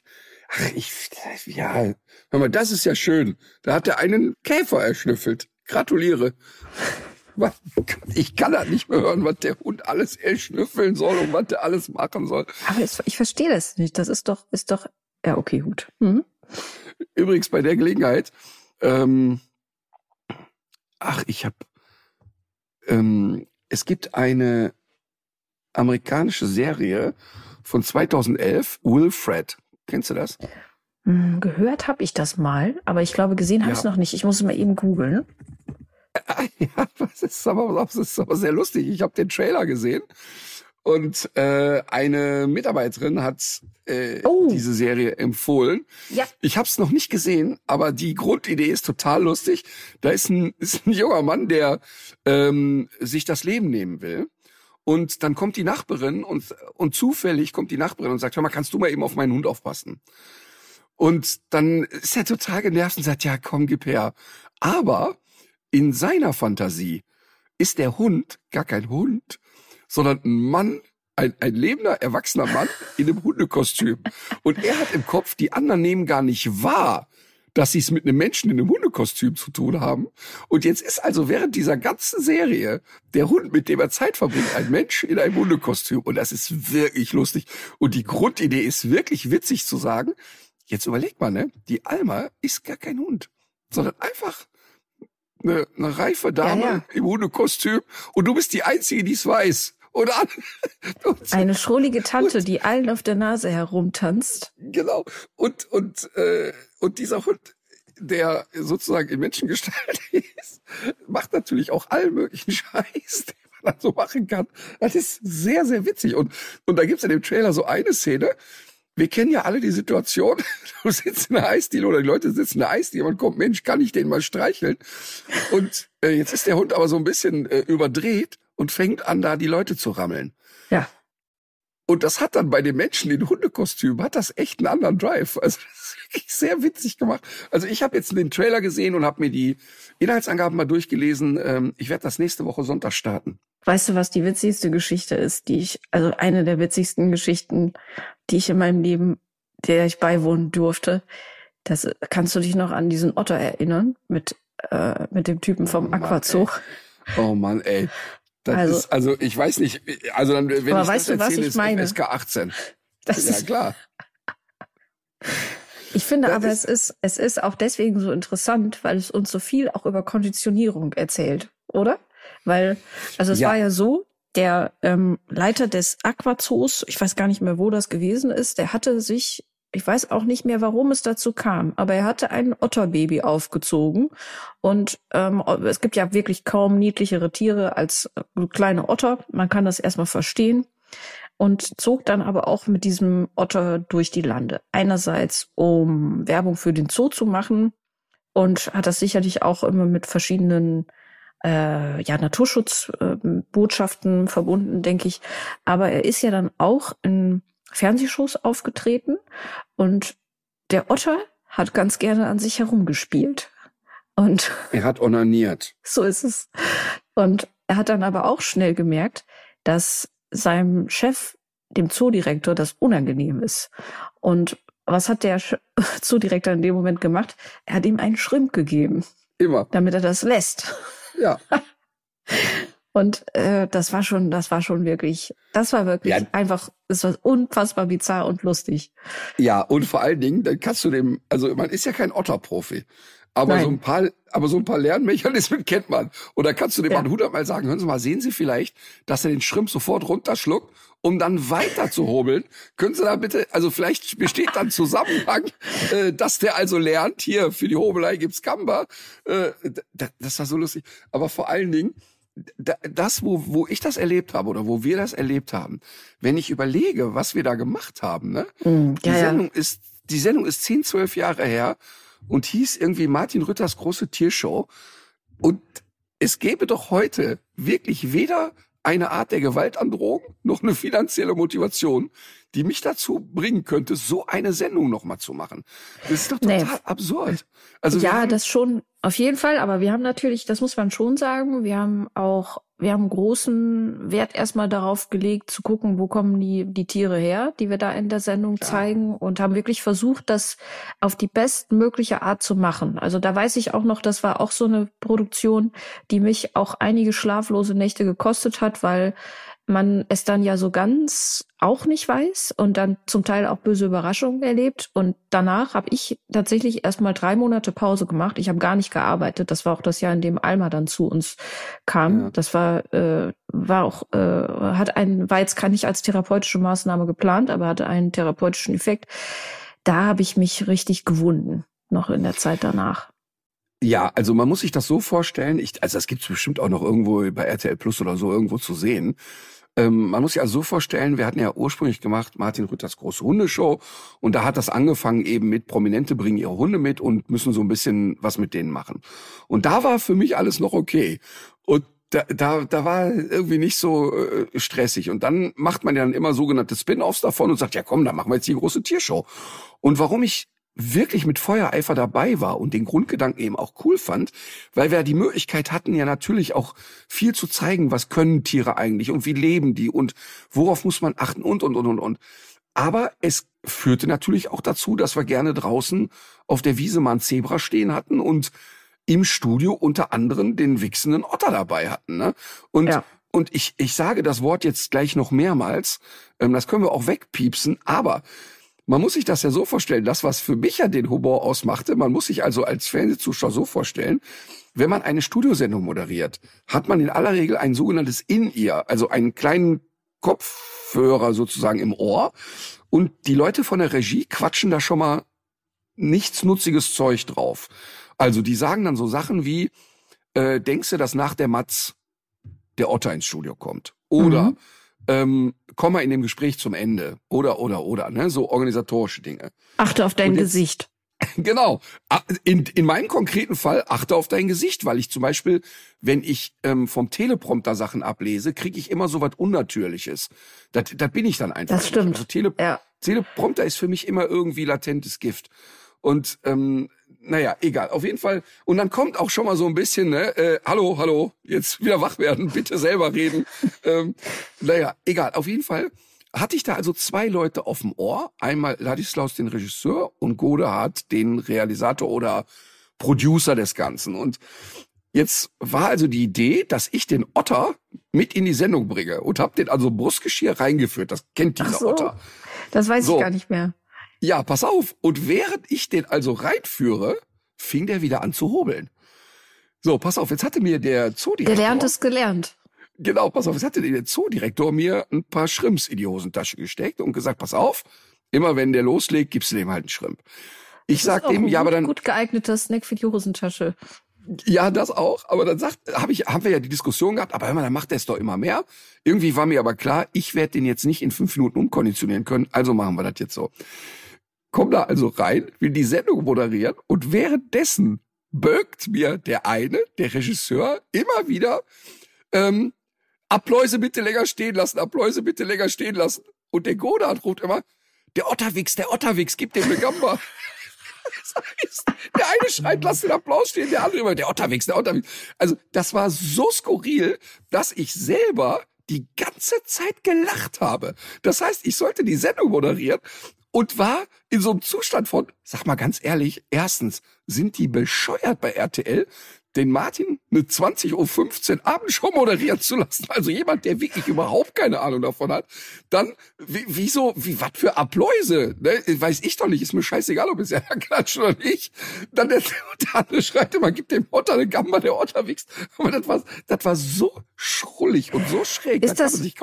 Hör mal, das ist ja schön. Da hat er einen Käfer erschnüffelt. Gratuliere. Ich kann das nicht mehr hören, was der Hund alles erschnüffeln soll und was der alles machen soll. Aber ich verstehe das nicht. Das ist doch, ja, okay, gut. Mhm. Übrigens bei der Gelegenheit, es gibt eine amerikanische Serie von 2011, Wilfred. Kennst du das? Gehört habe ich das mal, aber ich glaube, gesehen habe ich es noch nicht. Ich muss es mal eben googeln. Ja, das ist aber sehr lustig. Ich habe den Trailer gesehen und eine Mitarbeiterin hat diese Serie empfohlen. Ja. Ich habe es noch nicht gesehen, aber die Grundidee ist total lustig. Da ist ein junger Mann, der sich das Leben nehmen will. Und dann kommt die Nachbarin und zufällig kommt die Nachbarin und sagt, hör mal, kannst du mal eben auf meinen Hund aufpassen? Und dann ist er total genervt und sagt, ja, komm, gib her. Aber in seiner Fantasie ist der Hund gar kein Hund, sondern ein Mann, ein lebender, erwachsener Mann in einem Hundekostüm. Und er hat im Kopf, die anderen nehmen gar nicht wahr, dass sie es mit einem Menschen in einem Hundekostüm zu tun haben. Und jetzt ist also während dieser ganzen Serie der Hund, mit dem er Zeit verbringt, ein Mensch in einem Hundekostüm. Und das ist wirklich lustig. Und die Grundidee ist wirklich witzig zu sagen, jetzt überleg mal, ne? Die Alma ist gar kein Hund, sondern einfach eine reife Dame im Hundekostüm. Und du bist die Einzige, die es weiß. Eine schrullige Tante, die allen auf der Nase herumtanzt. Genau. Und dieser Hund, der sozusagen in Menschengestalt ist, macht natürlich auch allen möglichen Scheiß, den man dann so machen kann. Das ist sehr, sehr witzig. Und da gibt's in dem Trailer so eine Szene. Wir kennen ja alle die Situation, du sitzt in der Eisdiele oder die Leute sitzen in der Eisdiele, jemand kommt, Mensch, kann ich den mal streicheln? Und jetzt ist der Hund aber so ein bisschen überdreht und fängt an, da die Leute zu rammeln. Ja. Und das hat dann bei den Menschen in Hundekostümen, hat das echt einen anderen Drive. Also das ist wirklich sehr witzig gemacht. Also ich habe jetzt den Trailer gesehen und habe mir die Inhaltsangaben mal durchgelesen. Ich werde das nächste Woche Sonntag starten. Weißt du, was die witzigste Geschichte ist, also eine der witzigsten Geschichten, die ich in meinem Leben, der ich beiwohnen durfte. Kannst du dich noch an diesen Otter erinnern? Mit dem Typen vom Aquazoo? Oh Mann, ey. Also ich weiß nicht, also dann, wenn ich das erzähle, ist FSK 18. Ja, klar. Ich finde aber, es ist auch deswegen so interessant, weil es uns so viel auch über Konditionierung erzählt, oder? Weil, also es war ja so, der Leiter des Aquazoos, ich weiß gar nicht mehr, wo das gewesen ist, der hatte sich, ich weiß auch nicht mehr, warum es dazu kam, aber er hatte ein Otterbaby aufgezogen und es gibt ja wirklich kaum niedlichere Tiere als kleine Otter, man kann das erstmal verstehen und zog dann aber auch mit diesem Otter durch die Lande. Einerseits, um Werbung für den Zoo zu machen und hat das sicherlich auch immer mit verschiedenen Naturschutzbotschaften verbunden, denke ich. Aber er ist ja dann auch in Fernsehshows aufgetreten und der Otter hat ganz gerne an sich herumgespielt. Und er hat onaniert. So ist es. Und er hat dann aber auch schnell gemerkt, dass seinem Chef, dem Zoodirektor, das unangenehm ist. Und was hat der Zoodirektor in dem Moment gemacht? Er hat ihm einen Shrimp gegeben. Immer. Damit er das lässt. Ja. Und das war wirklich einfach, es war unfassbar bizarr und lustig. Ja, und vor allen Dingen, dann kannst du also man ist ja kein Otterprofi, aber so ein paar Lernmechanismen kennt man. Und da kannst du dem Mann 100-mal sagen, hören Sie mal, sehen Sie vielleicht, dass er den Shrimp sofort runterschluckt, um dann weiter zu hobeln. Können Sie da bitte, also vielleicht besteht dann Zusammenhang, dass der also lernt, hier für die Hobelei gibt's Gamba. Das war so lustig. Aber vor allen Dingen, das, wo ich das erlebt habe oder wo wir das erlebt haben, wenn ich überlege, was wir da gemacht haben, ne? Die Sendung ist 10, 12 Jahre her und hieß irgendwie Martin Rütters große Tiershow. Und es gäbe doch heute wirklich weder eine Art der Gewaltandrohung noch eine finanzielle Motivation, die mich dazu bringen könnte, so eine Sendung nochmal zu machen. Das ist doch total absurd. Also ja, das schon auf jeden Fall, aber wir haben natürlich, das muss man schon sagen, wir haben großen Wert erstmal darauf gelegt, zu gucken, wo kommen die Tiere her, die wir da in der Sendung zeigen, und haben wirklich versucht, das auf die bestmögliche Art zu machen. Also da weiß ich auch noch, das war auch so eine Produktion, die mich auch einige schlaflose Nächte gekostet hat, weil man es dann ja so ganz auch nicht weiß und dann zum Teil auch böse Überraschungen erlebt. Und danach habe ich tatsächlich erstmal 3 Monate Pause gemacht. Ich habe gar nicht gearbeitet. Das war auch das Jahr, in dem Alma dann zu uns kam. Ja. Das war jetzt nicht als therapeutische Maßnahme geplant, aber hatte einen therapeutischen Effekt. Da habe ich mich richtig gewunden, noch in der Zeit danach. Ja, also man muss sich das so vorstellen, das gibt's bestimmt auch noch irgendwo bei RTL Plus oder so irgendwo zu sehen. Man muss sich also so vorstellen, wir hatten ja ursprünglich gemacht Martin Rütters große Hundeshow, und da hat das angefangen eben mit Prominente bringen ihre Hunde mit und müssen so ein bisschen was mit denen machen. Und da war für mich alles noch okay. Und da war irgendwie nicht so stressig. Und dann macht man ja dann immer sogenannte Spin-offs davon und sagt, ja komm, dann machen wir jetzt die große Tiershow. Und warum ich wirklich mit Feuereifer dabei war und den Grundgedanken eben auch cool fand, weil wir die Möglichkeit hatten, ja natürlich auch viel zu zeigen, was können Tiere eigentlich und wie leben die und worauf muss man achten und. Aber es führte natürlich auch dazu, dass wir gerne draußen auf der Wiese mal ein Zebra stehen hatten und im Studio unter anderem den wichsenden Otter dabei hatten. Ne? Und ich sage das Wort jetzt gleich noch mehrmals, das können wir auch wegpiepsen, aber man muss sich das ja so vorstellen, das, was für mich ja den Humor ausmachte, man muss sich also als Fernsehzuschauer so vorstellen, wenn man eine Studiosendung moderiert, hat man in aller Regel ein sogenanntes In-Ear, also einen kleinen Kopfhörer sozusagen im Ohr, und die Leute von der Regie quatschen da schon mal nichtsnutziges Zeug drauf. Also die sagen dann so Sachen wie, denkst du, dass nach der Matz der Otter ins Studio kommt? Oder komm mal in dem Gespräch zum Ende. Oder, ne? So organisatorische Dinge. Achte auf dein Gesicht. Genau. In meinem konkreten Fall achte auf dein Gesicht, weil ich zum Beispiel, wenn ich vom Teleprompter Sachen ablese, kriege ich immer so was Unnatürliches. Das bin ich dann einfach. Das stimmt. Also Teleprompter ist für mich immer irgendwie latentes Gift. Und naja, egal, auf jeden Fall. Und dann kommt auch schon mal so ein bisschen, ne, hallo, jetzt wieder wach werden, bitte selber reden. Naja, egal, auf jeden Fall hatte ich da also 2 Leute auf dem Ohr. Einmal Ladislaus, den Regisseur, und Godehard, den Realisator oder Producer des Ganzen. Und jetzt war also die Idee, dass ich den Otter mit in die Sendung bringe und habe den also Brustgeschirr reingeführt. Das kennt dieser Otter. Das weiß ich gar nicht mehr. Ja, pass auf. Und während ich den also reinführe, fing der wieder an zu hobeln. So, pass auf, jetzt hatte mir der Zoodirektor... Gelernt ist gelernt. Genau, pass auf, jetzt hatte der Zoodirektor mir ein paar Shrimps in die Hosentasche gesteckt und gesagt, pass auf, immer wenn der loslegt, gibst du dem halt einen Shrimp. Ich sag dem, ja, aber dann... Gut geeigneter Snack für die Hosentasche. Ja, das auch. Aber dann haben wir ja die Diskussion gehabt, aber hör mal, dann macht er es doch immer mehr. Irgendwie war mir aber klar, ich werde den jetzt nicht in 5 Minuten umkonditionieren können, also machen wir das jetzt so. Komm da also rein, will die Sendung moderieren, und währenddessen bögt mir der Regisseur, immer wieder Appläuse bitte länger stehen lassen, Appläuse bitte länger stehen lassen. Und der Godard ruft immer, der Otterwichs, gib dem eine Gamba. Das heißt, der eine schreit, lass den Applaus stehen, der andere immer, der Otterwichs. Also das war so skurril, dass ich selber die ganze Zeit gelacht habe. Das heißt, ich sollte die Sendung moderieren und war in so einem Zustand von, sag mal ganz ehrlich, erstens, sind die bescheuert bei RTL, den Martin eine 20:15 Uhr Abendshow moderieren zu lassen? Also jemand, der wirklich überhaupt keine Ahnung davon hat. Dann, was für Appläuse? Ne? Weiß ich doch nicht, ist mir scheißegal, ob es ja klatscht oder nicht. Dann der andere schreit immer, gib dem Otter eine Gamba, der Otter wächst. Aber das war so schrullig und so schräg. Ist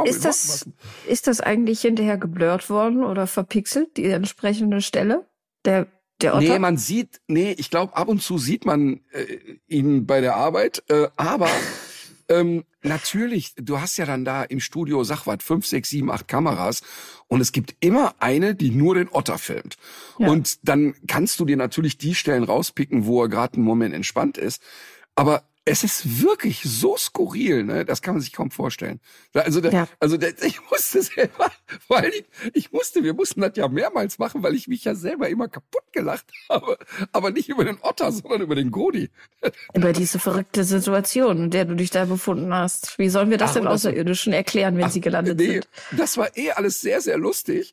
das eigentlich hinterher geblurrt worden oder verpixelt, die entsprechende Stelle? Der Otter? Ich glaube, ab und zu sieht man ihn bei der Arbeit, aber natürlich, du hast ja dann da im Studio, 5, 6, 7, 8 Kameras, und es gibt immer eine, die nur den Otter filmt. Ja. Und dann kannst du dir natürlich die Stellen rauspicken, wo er gerade einen Moment entspannt ist. Aber Es ist wirklich so skurril, ne? Das kann man sich kaum vorstellen. Also, ich musste selber, wir mussten das ja mehrmals machen, weil ich mich ja selber immer kaputt gelacht habe. Aber nicht über den Otter, sondern über den Godi. Über diese verrückte Situation, in der du dich da befunden hast. Wie sollen wir das den Außerirdischen erklären, wenn sie gelandet sind? Das war alles sehr, sehr lustig.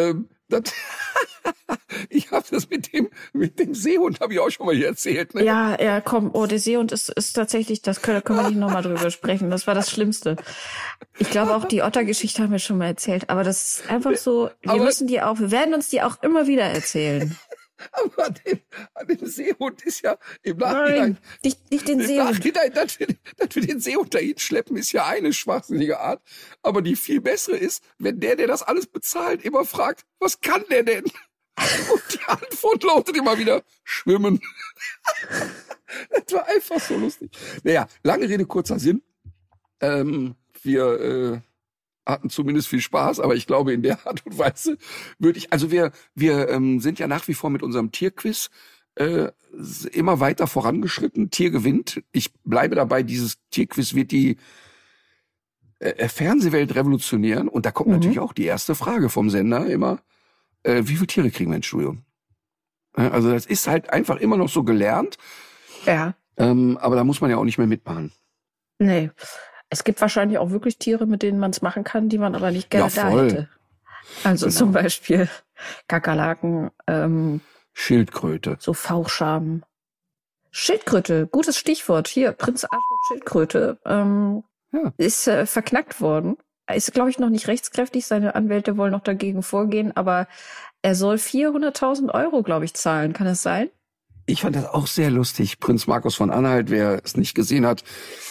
Ich habe das mit dem Seehund, habe ich auch schon mal hier erzählt. Ne? Ja, komm, der Seehund ist tatsächlich, können wir nicht nochmal drüber sprechen. Das war das Schlimmste. Ich glaube auch, die Ottergeschichte haben wir schon mal erzählt. Aber das ist einfach so, wir werden uns die auch immer wieder erzählen. Aber an dem Seehund ist ja im Nachhinein... Nein, nicht den Seehund. Dass wir den Seehund dahin schleppen, ist ja eine schwachsinnige Art. Aber die viel bessere ist, wenn der das alles bezahlt, immer fragt, was kann der denn? Und die Antwort lautet immer wieder, schwimmen. Das war einfach so lustig. Naja, lange Rede, kurzer Sinn. Wir hatten zumindest viel Spaß, aber ich glaube, in der Art und Weise wir sind ja nach wie vor mit unserem Tierquiz immer weiter vorangeschritten. Tier gewinnt. Ich bleibe dabei, dieses Tierquiz wird die Fernsehwelt revolutionieren. Und da kommt natürlich auch die erste Frage vom Sender immer, wie viele Tiere kriegen wir ins Studio? Also das ist halt einfach immer noch so gelernt. Ja. Aber da muss man ja auch nicht mehr mitmachen. Nee. Es gibt wahrscheinlich auch wirklich Tiere, mit denen man es machen kann, die man aber nicht gerne da hätte. Also genau. Zum Beispiel Kakerlaken, Schildkröte. So Fauchschaben. Schildkröte, gutes Stichwort. Hier, Prinz Arthur Schildkröte ist verknackt worden. Ist, glaube ich, noch nicht rechtskräftig. Seine Anwälte wollen noch dagegen vorgehen, aber er soll 400.000 Euro, glaube ich, zahlen. Kann das sein? Ich fand das auch sehr lustig. Prinz Markus von Anhalt, wer es nicht gesehen hat,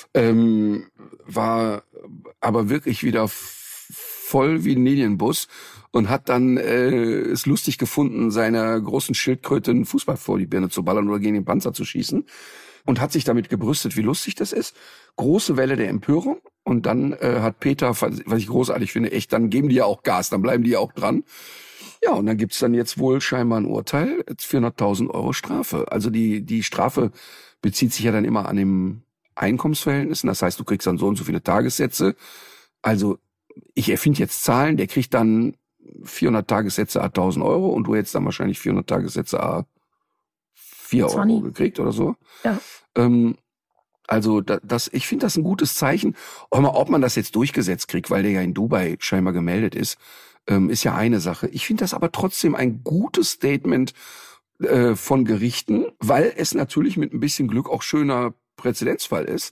war aber wirklich wieder voll wie ein Linienbus und hat dann es lustig gefunden, seiner großen Schildkröte einen Fußball vor die Birne zu ballern oder gegen den Panzer zu schießen und hat sich damit gebrüstet, wie lustig das ist. Große Welle der Empörung und dann hat Peter, was ich großartig finde, echt, dann geben die ja auch Gas, dann bleiben die ja auch dran. Ja, und dann gibt's dann jetzt wohl scheinbar ein Urteil, 400.000 Euro Strafe. Also die Strafe bezieht sich ja dann immer an dem Einkommensverhältnissen. Das heißt, du kriegst dann so und so viele Tagessätze. Also ich erfinde jetzt Zahlen, der kriegt dann 400 Tagessätze A 1.000 Euro und du hättest dann wahrscheinlich 400 Tagessätze A 4 Euro gekriegt oder so. Ja. Also ich finde das ein gutes Zeichen. Ob man das jetzt durchgesetzt kriegt, weil der ja in Dubai scheinbar gemeldet ist ja eine Sache. Ich finde das aber trotzdem ein gutes Statement von Gerichten, weil es natürlich mit ein bisschen Glück auch schöner Präzedenzfall ist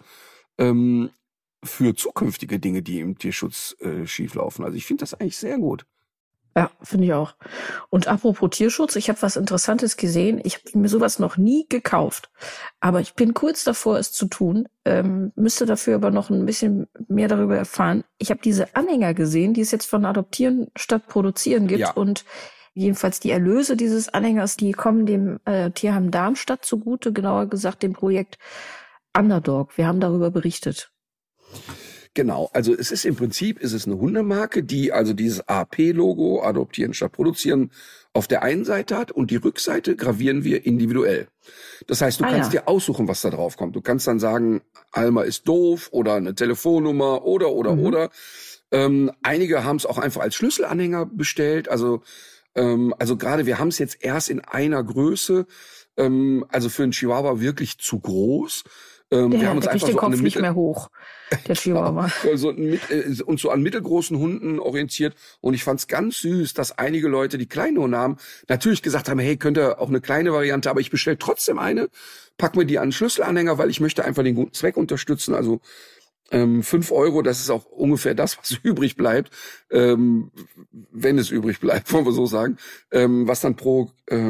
für zukünftige Dinge, die im Tierschutz schieflaufen. Also ich finde das eigentlich sehr gut. Ja, finde ich auch. Und apropos Tierschutz, ich habe was Interessantes gesehen. Ich habe mir sowas noch nie gekauft. Aber ich bin kurz davor, es zu tun. Müsste dafür aber noch ein bisschen mehr darüber erfahren. Ich habe diese Anhänger gesehen, die es jetzt von Adoptieren statt Produzieren gibt. Ja. Und jedenfalls die Erlöse dieses Anhängers, die kommen dem Tierheim Darmstadt zugute, genauer gesagt dem Projekt Underdog. Wir haben darüber berichtet. Genau, also es ist im Prinzip eine Hundemarke, die also dieses AP-Logo, Adoptieren statt Produzieren, auf der einen Seite hat und die Rückseite gravieren wir individuell. Das heißt, du kannst dir aussuchen, was da drauf kommt. Du kannst dann sagen, Alma ist doof oder eine Telefonnummer oder. Einige haben es auch einfach als Schlüsselanhänger bestellt. Also gerade wir haben es jetzt erst in einer Größe, also für einen Chihuahua wirklich zu groß. Wir haben uns einfach den so Kopf nicht mehr hoch, der Chihuahua. Also uns so an mittelgroßen Hunden orientiert. Und ich fand's ganz süß, dass einige Leute, die kleine Hunde haben, natürlich gesagt haben, hey, könnt ihr auch eine kleine Variante, aber ich bestelle trotzdem eine, pack mir die an den Schlüsselanhänger, weil ich möchte einfach den guten Zweck unterstützen. Also 5 Euro, das ist auch ungefähr das, was übrig bleibt, wenn es übrig bleibt, wollen wir so sagen, was dann pro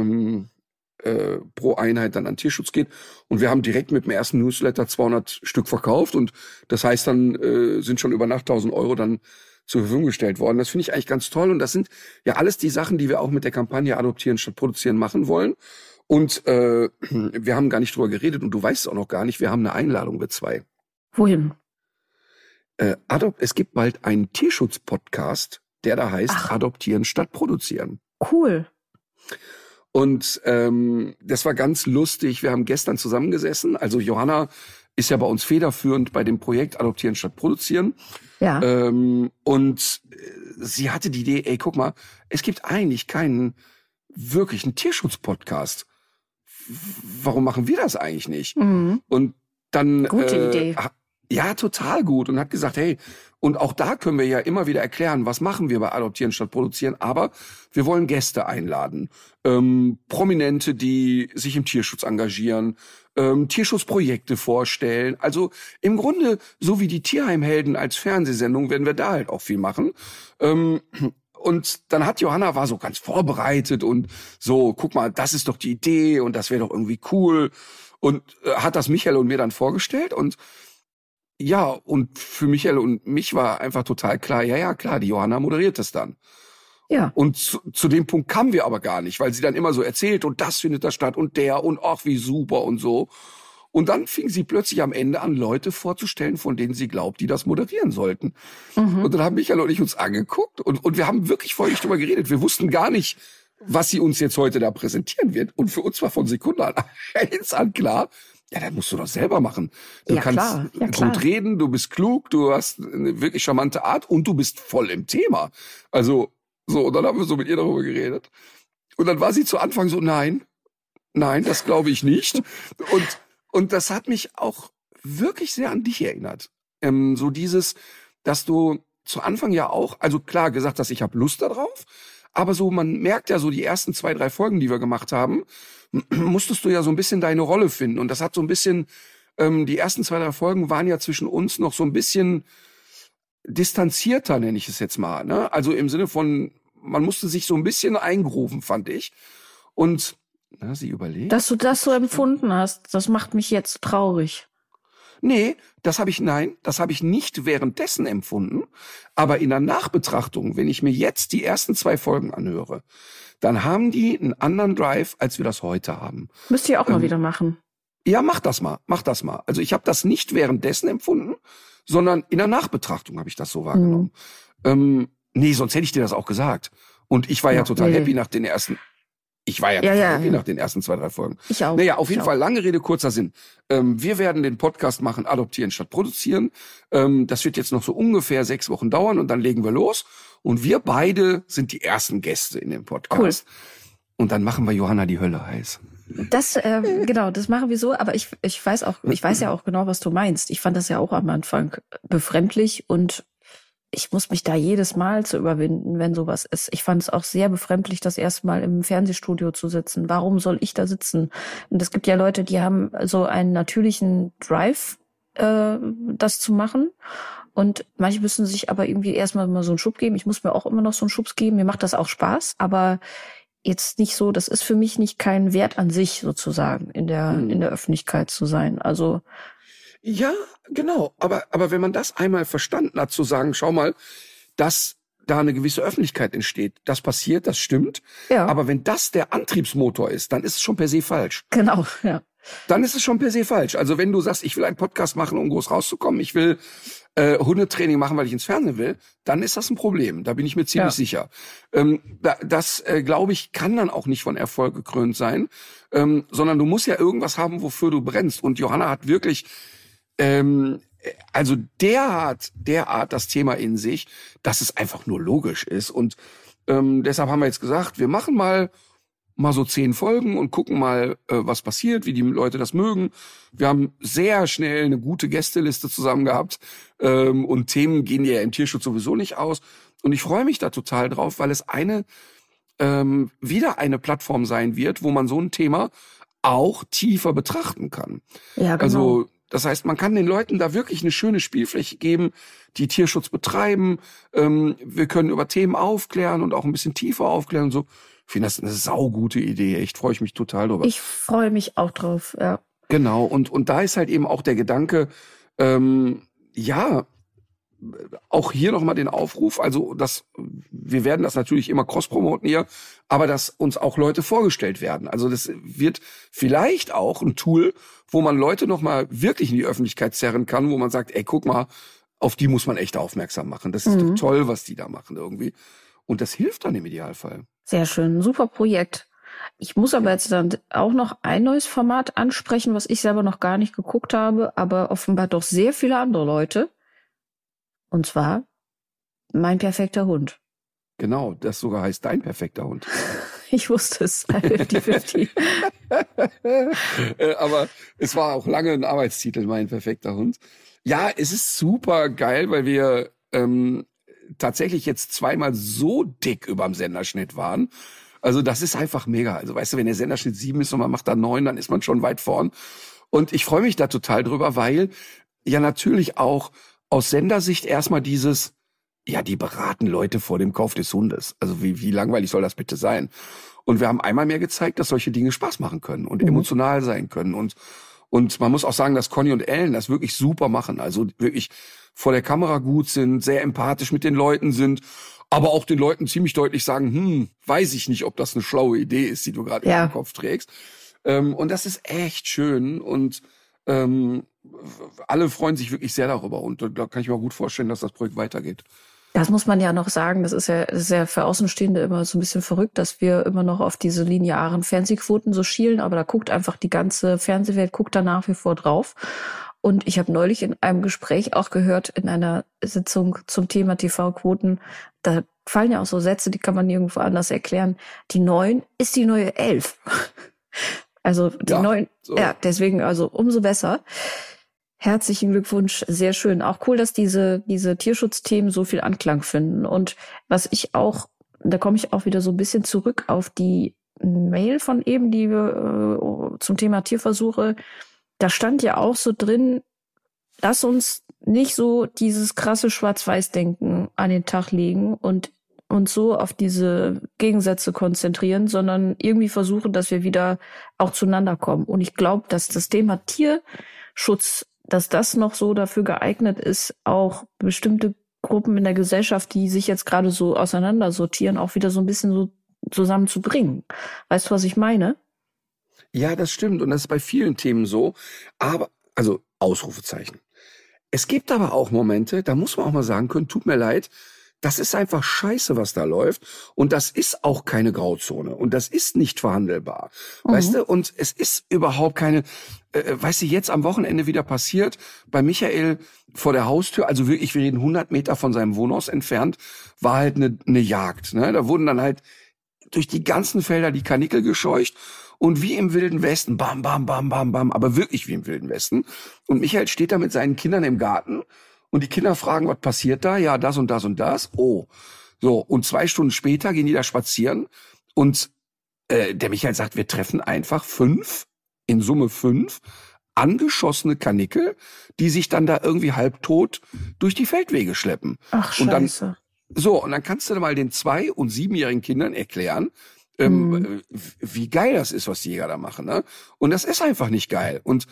Einheit dann an Tierschutz geht. Und wir haben direkt mit dem ersten Newsletter 200 Stück verkauft und das heißt dann sind schon über 1.000 Euro dann zur Verfügung gestellt worden. Das finde ich eigentlich ganz toll und das sind ja alles die Sachen, die wir auch mit der Kampagne Adoptieren statt Produzieren machen wollen. Und wir haben gar nicht drüber geredet und du weißt es auch noch gar nicht, wir haben eine Einladung mit 2. Wohin? Es gibt bald einen Tierschutz-Podcast, der da heißt Adoptieren statt Produzieren. Cool. Und das war ganz lustig. Wir haben gestern zusammengesessen. Also Johanna ist ja bei uns federführend bei dem Projekt Adoptieren statt Produzieren. Ja. Und sie hatte die Idee, ey, guck mal, es gibt eigentlich keinen wirklichen Tierschutz-Podcast. Warum machen wir das eigentlich nicht? Mhm. Und dann Gute Idee. Ja, total gut. Und hat gesagt, hey, und auch da können wir ja immer wieder erklären, was machen wir bei Adoptieren statt Produzieren. Aber wir wollen Gäste einladen. Prominente, die sich im Tierschutz engagieren, Tierschutzprojekte vorstellen. Also im Grunde, so wie die Tierheimhelden als Fernsehsendung, werden wir da halt auch viel machen. Und dann hat Johanna war so ganz vorbereitet und so, guck mal, das ist doch die Idee und das wäre doch irgendwie cool. Und hat das Michael und mir dann vorgestellt und ja, und für Michael und mich war einfach total klar, ja, klar, die Johanna moderiert das dann. Ja. Und zu dem Punkt kamen wir aber gar nicht, weil sie dann immer so erzählt und das findet da statt und der und ach, wie super und so. Und dann fing sie plötzlich am Ende an, Leute vorzustellen, von denen sie glaubt, die das moderieren sollten. Mhm. Und dann haben Michael und ich uns angeguckt und wir haben wirklich vorher nicht drüber geredet. Wir wussten gar nicht, was sie uns jetzt heute da präsentieren wird. Und für uns war von Sekunde an klar, ja, das musst du doch selber machen. Du kannst gut reden, du bist klug, du hast eine wirklich charmante Art und du bist voll im Thema. Also, so, und dann haben wir so mit ihr darüber geredet. Und dann war sie zu Anfang so, nein, das glaube ich nicht. Und das hat mich auch wirklich sehr an dich erinnert. So dieses, dass du zu Anfang ja auch, also klar gesagt hast, ich habe Lust darauf, aber so, man merkt ja so die ersten 2, 3 Folgen, die wir gemacht haben, musstest du ja so ein bisschen deine Rolle finden. Und das hat so ein bisschen, die ersten 2, 3 Folgen waren ja zwischen uns noch so ein bisschen distanzierter, nenne ich es jetzt mal. Ne? Also im Sinne von, man musste sich so ein bisschen eingrooven, fand ich. Und sie überlegt. Dass du das so empfunden hast, das macht mich jetzt traurig. Nee, das habe ich nicht währenddessen empfunden. Aber in der Nachbetrachtung, wenn ich mir jetzt die ersten 2 Folgen anhöre, dann haben die einen anderen Drive, als wir das heute haben. Müsst ihr auch mal wieder machen. Ja, mach das mal. Also ich habe das nicht währenddessen empfunden, sondern in der Nachbetrachtung habe ich das so wahrgenommen. Nee, sonst hätte ich dir das auch gesagt. Und ich war ja total happy nach den ersten... happy nach den ersten 2, 3 Folgen. Ich auch. Naja, auf jeden Fall, lange Rede, kurzer Sinn. Wir werden den Podcast machen, Adoptieren statt Produzieren. Das wird jetzt noch so ungefähr 6 Wochen dauern und dann legen wir los. Und wir beide sind die ersten Gäste in dem Podcast. Cool. Und dann machen wir Johanna die Hölle heiß. Das, genau, das machen wir so. Aber ich weiß ja auch genau, was du meinst. Ich fand das ja auch am Anfang befremdlich und ich muss mich da jedes Mal zu überwinden, wenn sowas ist. Ich fand es auch sehr befremdlich, das erste Mal im Fernsehstudio zu sitzen. Warum soll ich da sitzen? Und es gibt ja Leute, die haben so einen natürlichen Drive, das zu machen. Und manche müssen sich aber irgendwie erstmal mal so einen Schub geben. Ich muss mir auch immer noch so einen Schubs geben. Mir macht das auch Spaß, aber jetzt nicht so, das ist für mich nicht kein Wert an sich sozusagen, in der Öffentlichkeit zu sein. Also ja, genau. Aber wenn man das einmal verstanden hat, zu sagen, schau mal, dass da eine gewisse Öffentlichkeit entsteht, das passiert, das stimmt. Ja. Aber wenn das der Antriebsmotor ist, dann ist es schon per se falsch. Genau, ja. Dann ist es schon per se falsch. Also wenn du sagst, ich will einen Podcast machen, um groß rauszukommen, ich will Hundetraining machen, weil ich ins Fernsehen will, dann ist das ein Problem. Da bin ich mir ziemlich sicher. Das, glaube ich, kann dann auch nicht von Erfolg gekrönt sein, sondern du musst ja irgendwas haben, wofür du brennst. Und Johanna hat wirklich also derart das Thema in sich, dass es einfach nur logisch ist. Und deshalb haben wir jetzt gesagt, wir machen mal so 10 Folgen und gucken mal, was passiert, wie die Leute das mögen. Wir haben sehr schnell eine gute Gästeliste zusammen gehabt und Themen gehen ja im Tierschutz sowieso nicht aus. Und ich freue mich da total drauf, weil es wieder eine Plattform sein wird, wo man so ein Thema auch tiefer betrachten kann. Ja, genau. Also das heißt, man kann den Leuten da wirklich eine schöne Spielfläche geben, die Tierschutz betreiben. Wir können über Themen aufklären und auch ein bisschen tiefer aufklären und so. Ich finde das eine saugute Idee. Echt, freue ich mich total drüber. Ich freue mich auch drauf, ja. Genau, und da ist halt eben auch der Gedanke, auch hier nochmal den Aufruf, also wir werden das natürlich immer cross-promoten hier, aber dass uns auch Leute vorgestellt werden. Also das wird vielleicht auch ein Tool, wo man Leute nochmal wirklich in die Öffentlichkeit zerren kann, wo man sagt, ey, guck mal, auf die muss man echt aufmerksam machen. Das ist doch toll, was die da machen irgendwie. Und das hilft dann im Idealfall. Sehr schön, super Projekt. Ich muss aber jetzt dann auch noch ein neues Format ansprechen, was ich selber noch gar nicht geguckt habe, aber offenbar doch sehr viele andere Leute. Und zwar Mein perfekter Hund. Genau, das sogar heißt Dein perfekter Hund. Ich wusste es, 50-50. Aber es war auch lange ein Arbeitstitel, Mein perfekter Hund. Ja, es ist super geil, weil wir tatsächlich jetzt zweimal so dick überm Senderschnitt waren. Also das ist einfach mega. Also weißt du, wenn der Senderschnitt 7 ist und man macht da 9, dann ist man schon weit vorn. Und ich freue mich da total drüber, weil ja natürlich auch aus Sendersicht erstmal dieses, ja, die beraten Leute vor dem Kauf des Hundes. Also wie langweilig soll das bitte sein? Und wir haben einmal mehr gezeigt, dass solche Dinge Spaß machen können und emotional sein können. Und man muss auch sagen, dass Conny und Ellen das wirklich super machen. Also wirklich vor der Kamera gut sind, sehr empathisch mit den Leuten sind, aber auch den Leuten ziemlich deutlich sagen, weiß ich nicht, ob das eine schlaue Idee ist, die du gerade im Kopf trägst. Und das ist echt schön und alle freuen sich wirklich sehr darüber. Und da kann ich mir auch gut vorstellen, dass das Projekt weitergeht. Das muss man ja noch sagen, das ist ja für Außenstehende immer so ein bisschen verrückt, dass wir immer noch auf diese linearen Fernsehquoten so schielen, aber da guckt einfach die ganze Fernsehwelt, guckt da nach wie vor drauf. Und ich habe neulich in einem Gespräch auch gehört, in einer Sitzung zum Thema TV-Quoten, da fallen ja auch so Sätze, die kann man nirgendwo anders erklären. Die 9 ist die neue 11. Also die 9, so. Ja, deswegen also umso besser. Herzlichen Glückwunsch, sehr schön. Auch cool, dass diese Tierschutzthemen so viel Anklang finden. Und was ich auch, da komme ich auch wieder so ein bisschen zurück auf die Mail von eben, die wir zum Thema Tierversuche, da stand ja auch so drin, lass uns nicht so dieses krasse Schwarz-Weiß-Denken an den Tag legen und uns so auf diese Gegensätze konzentrieren, sondern irgendwie versuchen, dass wir wieder auch zueinander kommen. Und ich glaube, dass das Thema Tierschutz, dass das noch so dafür geeignet ist, auch bestimmte Gruppen in der Gesellschaft, die sich jetzt gerade so auseinandersortieren, auch wieder so ein bisschen so zusammenzubringen. Weißt du, was ich meine? Ja, das stimmt. Und das ist bei vielen Themen so. Aber, also Ausrufezeichen. Es gibt aber auch Momente, da muss man auch mal sagen können, tut mir leid, das ist einfach scheiße, was da läuft. Und das ist auch keine Grauzone. Und das ist nicht verhandelbar. Weißt du? Und es ist überhaupt keine, weißt du, jetzt am Wochenende wieder passiert, bei Michael vor der Haustür, also wirklich, wir reden 100 Meter von seinem Wohnhaus entfernt, war halt eine Jagd. Ne? Da wurden dann halt durch die ganzen Felder die Karnickel gescheucht. Und wie im Wilden Westen, bam, bam, bam, bam, bam, aber wirklich wie im Wilden Westen. Und Michael steht da mit seinen Kindern im Garten und die Kinder fragen, was passiert da? Ja, das und das und das. Oh. So, und 2 Stunden später gehen die da spazieren und der Michael sagt, wir treffen einfach 5 angeschossene Karnickel, die sich dann da irgendwie halbtot durch die Feldwege schleppen. Ach, scheiße. Und dann kannst du mal den 2- und 7-jährigen Kindern erklären, wie geil das ist, was die Jäger da machen, ne? Und das ist einfach nicht geil. Und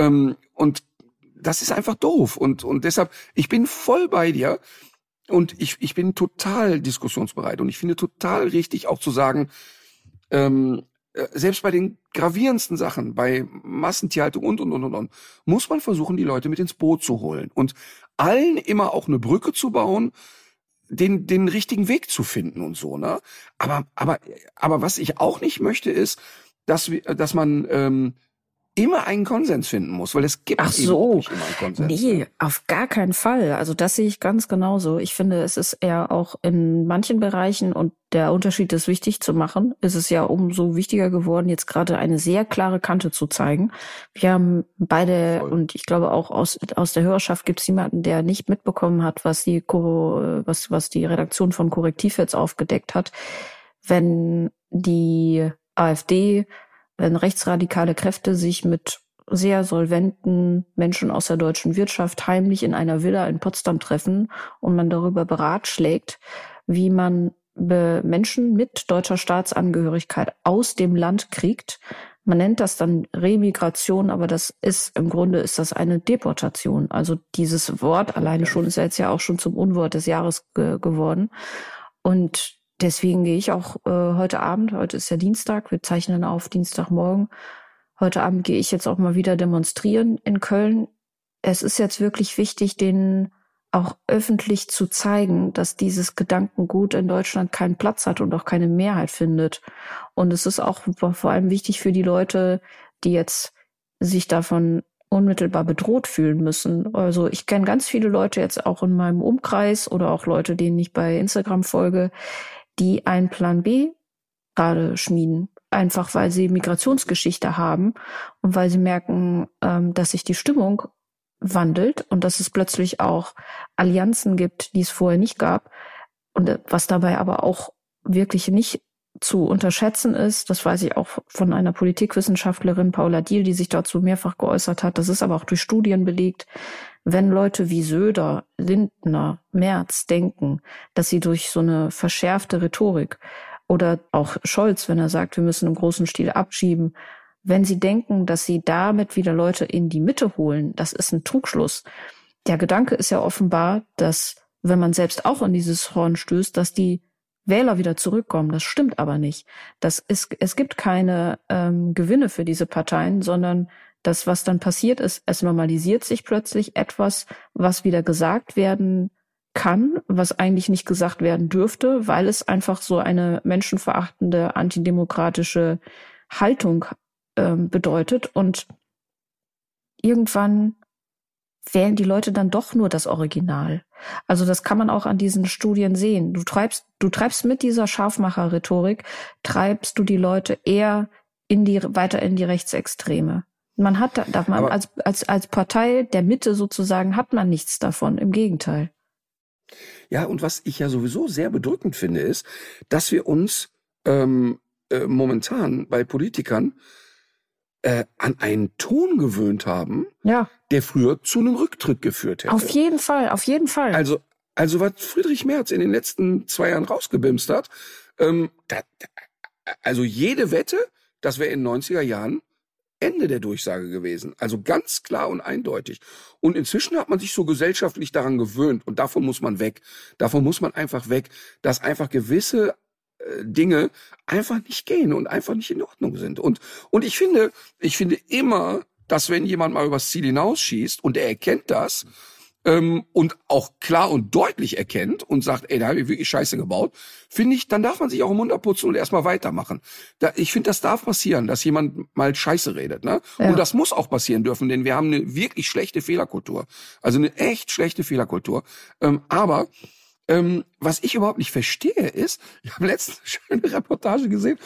das ist einfach doof. Und deshalb, ich bin voll bei dir und ich bin total diskussionsbereit. Und ich finde total richtig auch zu sagen, selbst bei den gravierendsten Sachen, bei Massentierhaltung und, muss man versuchen, die Leute mit ins Boot zu holen. Und allen immer auch eine Brücke zu bauen, den richtigen Weg zu finden und so, ne? Aber was ich auch nicht möchte, ist, dass man immer einen Konsens finden muss, weil es gibt nicht immer einen Konsens. Nee, auf gar keinen Fall. Also das sehe ich ganz genauso. Ich finde, es ist eher auch in manchen Bereichen, und der Unterschied ist wichtig zu machen, ist es ja umso wichtiger geworden, jetzt gerade eine sehr klare Kante zu zeigen. Wir haben beide, und ich glaube auch aus der Hörerschaft gibt es jemanden, der nicht mitbekommen hat, was die Redaktion von Korrektiv jetzt aufgedeckt hat. Wenn die AfD, wenn rechtsradikale Kräfte sich mit sehr solventen Menschen aus der deutschen Wirtschaft heimlich in einer Villa in Potsdam treffen und man darüber beratschlägt, wie man Menschen mit deutscher Staatsangehörigkeit aus dem Land kriegt. Man nennt das dann Remigration, aber im Grunde ist das eine Deportation. Also dieses Wort alleine schon ist ja jetzt ja auch schon zum Unwort des Jahres geworden. Und deswegen gehe ich auch heute ist ja Dienstag, wir zeichnen auf Dienstagmorgen, heute Abend gehe ich jetzt auch mal wieder demonstrieren in Köln. Es ist jetzt wirklich wichtig, den auch öffentlich zu zeigen, dass dieses Gedankengut in Deutschland keinen Platz hat und auch keine Mehrheit findet. Und es ist auch vor allem wichtig für die Leute, die jetzt sich davon unmittelbar bedroht fühlen müssen. Also ich kenne ganz viele Leute jetzt auch in meinem Umkreis oder auch Leute, denen ich bei Instagram folge, die einen Plan B gerade schmieden. Einfach weil sie Migrationsgeschichte haben und weil sie merken, dass sich die Stimmung wandelt und dass es plötzlich auch Allianzen gibt, die es vorher nicht gab. Und was dabei aber auch wirklich nicht zu unterschätzen ist, das weiß ich auch von einer Politikwissenschaftlerin, Paula Diehl, die sich dazu mehrfach geäußert hat, das ist aber auch durch Studien belegt, wenn Leute wie Söder, Lindner, Merz denken, dass sie durch so eine verschärfte Rhetorik oder auch Scholz, wenn er sagt, wir müssen im großen Stil abschieben, wenn sie denken, dass sie damit wieder Leute in die Mitte holen, das ist ein Trugschluss. Der Gedanke ist ja offenbar, dass, wenn man selbst auch in dieses Horn stößt, dass die Wähler wieder zurückkommen. Das stimmt aber nicht. Es gibt keine Gewinne für diese Parteien, sondern das, was dann passiert ist, es normalisiert sich plötzlich etwas, was wieder gesagt werden kann, was eigentlich nicht gesagt werden dürfte, weil es einfach so eine menschenverachtende, antidemokratische Haltung bedeutet. Und irgendwann wählen die Leute dann doch nur das Original. Also das kann man auch an diesen Studien sehen. Du treibst mit dieser Scharfmacher-Rhetorik, treibst du die Leute eher weiter in die Rechtsextreme. Man hat als Partei der Mitte sozusagen hat man nichts davon. Im Gegenteil. Ja, und was ich ja sowieso sehr bedrückend finde, ist, dass wir uns momentan bei Politikern an einen Ton gewöhnt haben, ja, der früher zu einem Rücktritt geführt hätte. Auf jeden Fall. Also was Friedrich Merz in den letzten 2 Jahren rausgebimst hat, also jede Wette, das wäre in den 90er Jahren Ende der Durchsage gewesen. Also ganz klar und eindeutig. Und inzwischen hat man sich so gesellschaftlich daran gewöhnt und davon muss man weg. Davon muss man einfach weg, dass einfach gewisse Dinge einfach nicht gehen und einfach nicht in Ordnung sind. Und ich finde immer, dass wenn jemand mal übers Ziel hinausschießt und er erkennt das und auch klar und deutlich erkennt und sagt, ey, da habe ich wirklich Scheiße gebaut, finde ich, dann darf man sich auch im Mund abputzen und erstmal weitermachen. Ich finde, das darf passieren, dass jemand mal Scheiße redet, ne? Ja. Und das muss auch passieren dürfen, denn wir haben eine wirklich schlechte Fehlerkultur. Also eine echt schlechte Fehlerkultur. Aber was ich überhaupt nicht verstehe ist, ich habe letztens eine schöne Reportage gesehen,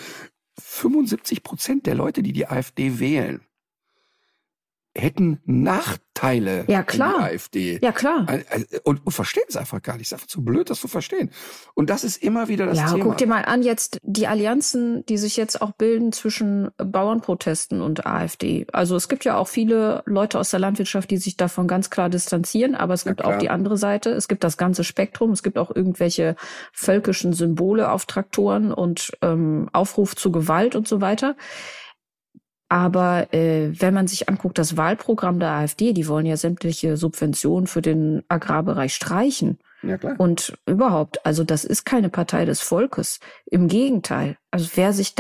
75% der Leute, die AfD wählen, hätten Nachteile ja, klar. in die AfD. Ja, klar. Und verstehen es einfach gar nicht. Es ist einfach zu blöd, das zu verstehen. Und das ist immer wieder das Thema. Ja, guck dir mal an, jetzt die Allianzen, die sich jetzt auch bilden zwischen Bauernprotesten und AfD. Also es gibt ja auch viele Leute aus der Landwirtschaft, die sich davon ganz klar distanzieren, aber es gibt auch die andere Seite. Es gibt das ganze Spektrum. Es gibt auch irgendwelche völkischen Symbole auf Traktoren und Aufruf zu Gewalt und so weiter. Aber wenn man sich anguckt, das Wahlprogramm der AfD, die wollen ja sämtliche Subventionen für den Agrarbereich streichen. Ja, klar. Und überhaupt, also das ist keine Partei des Volkes. Im Gegenteil. Also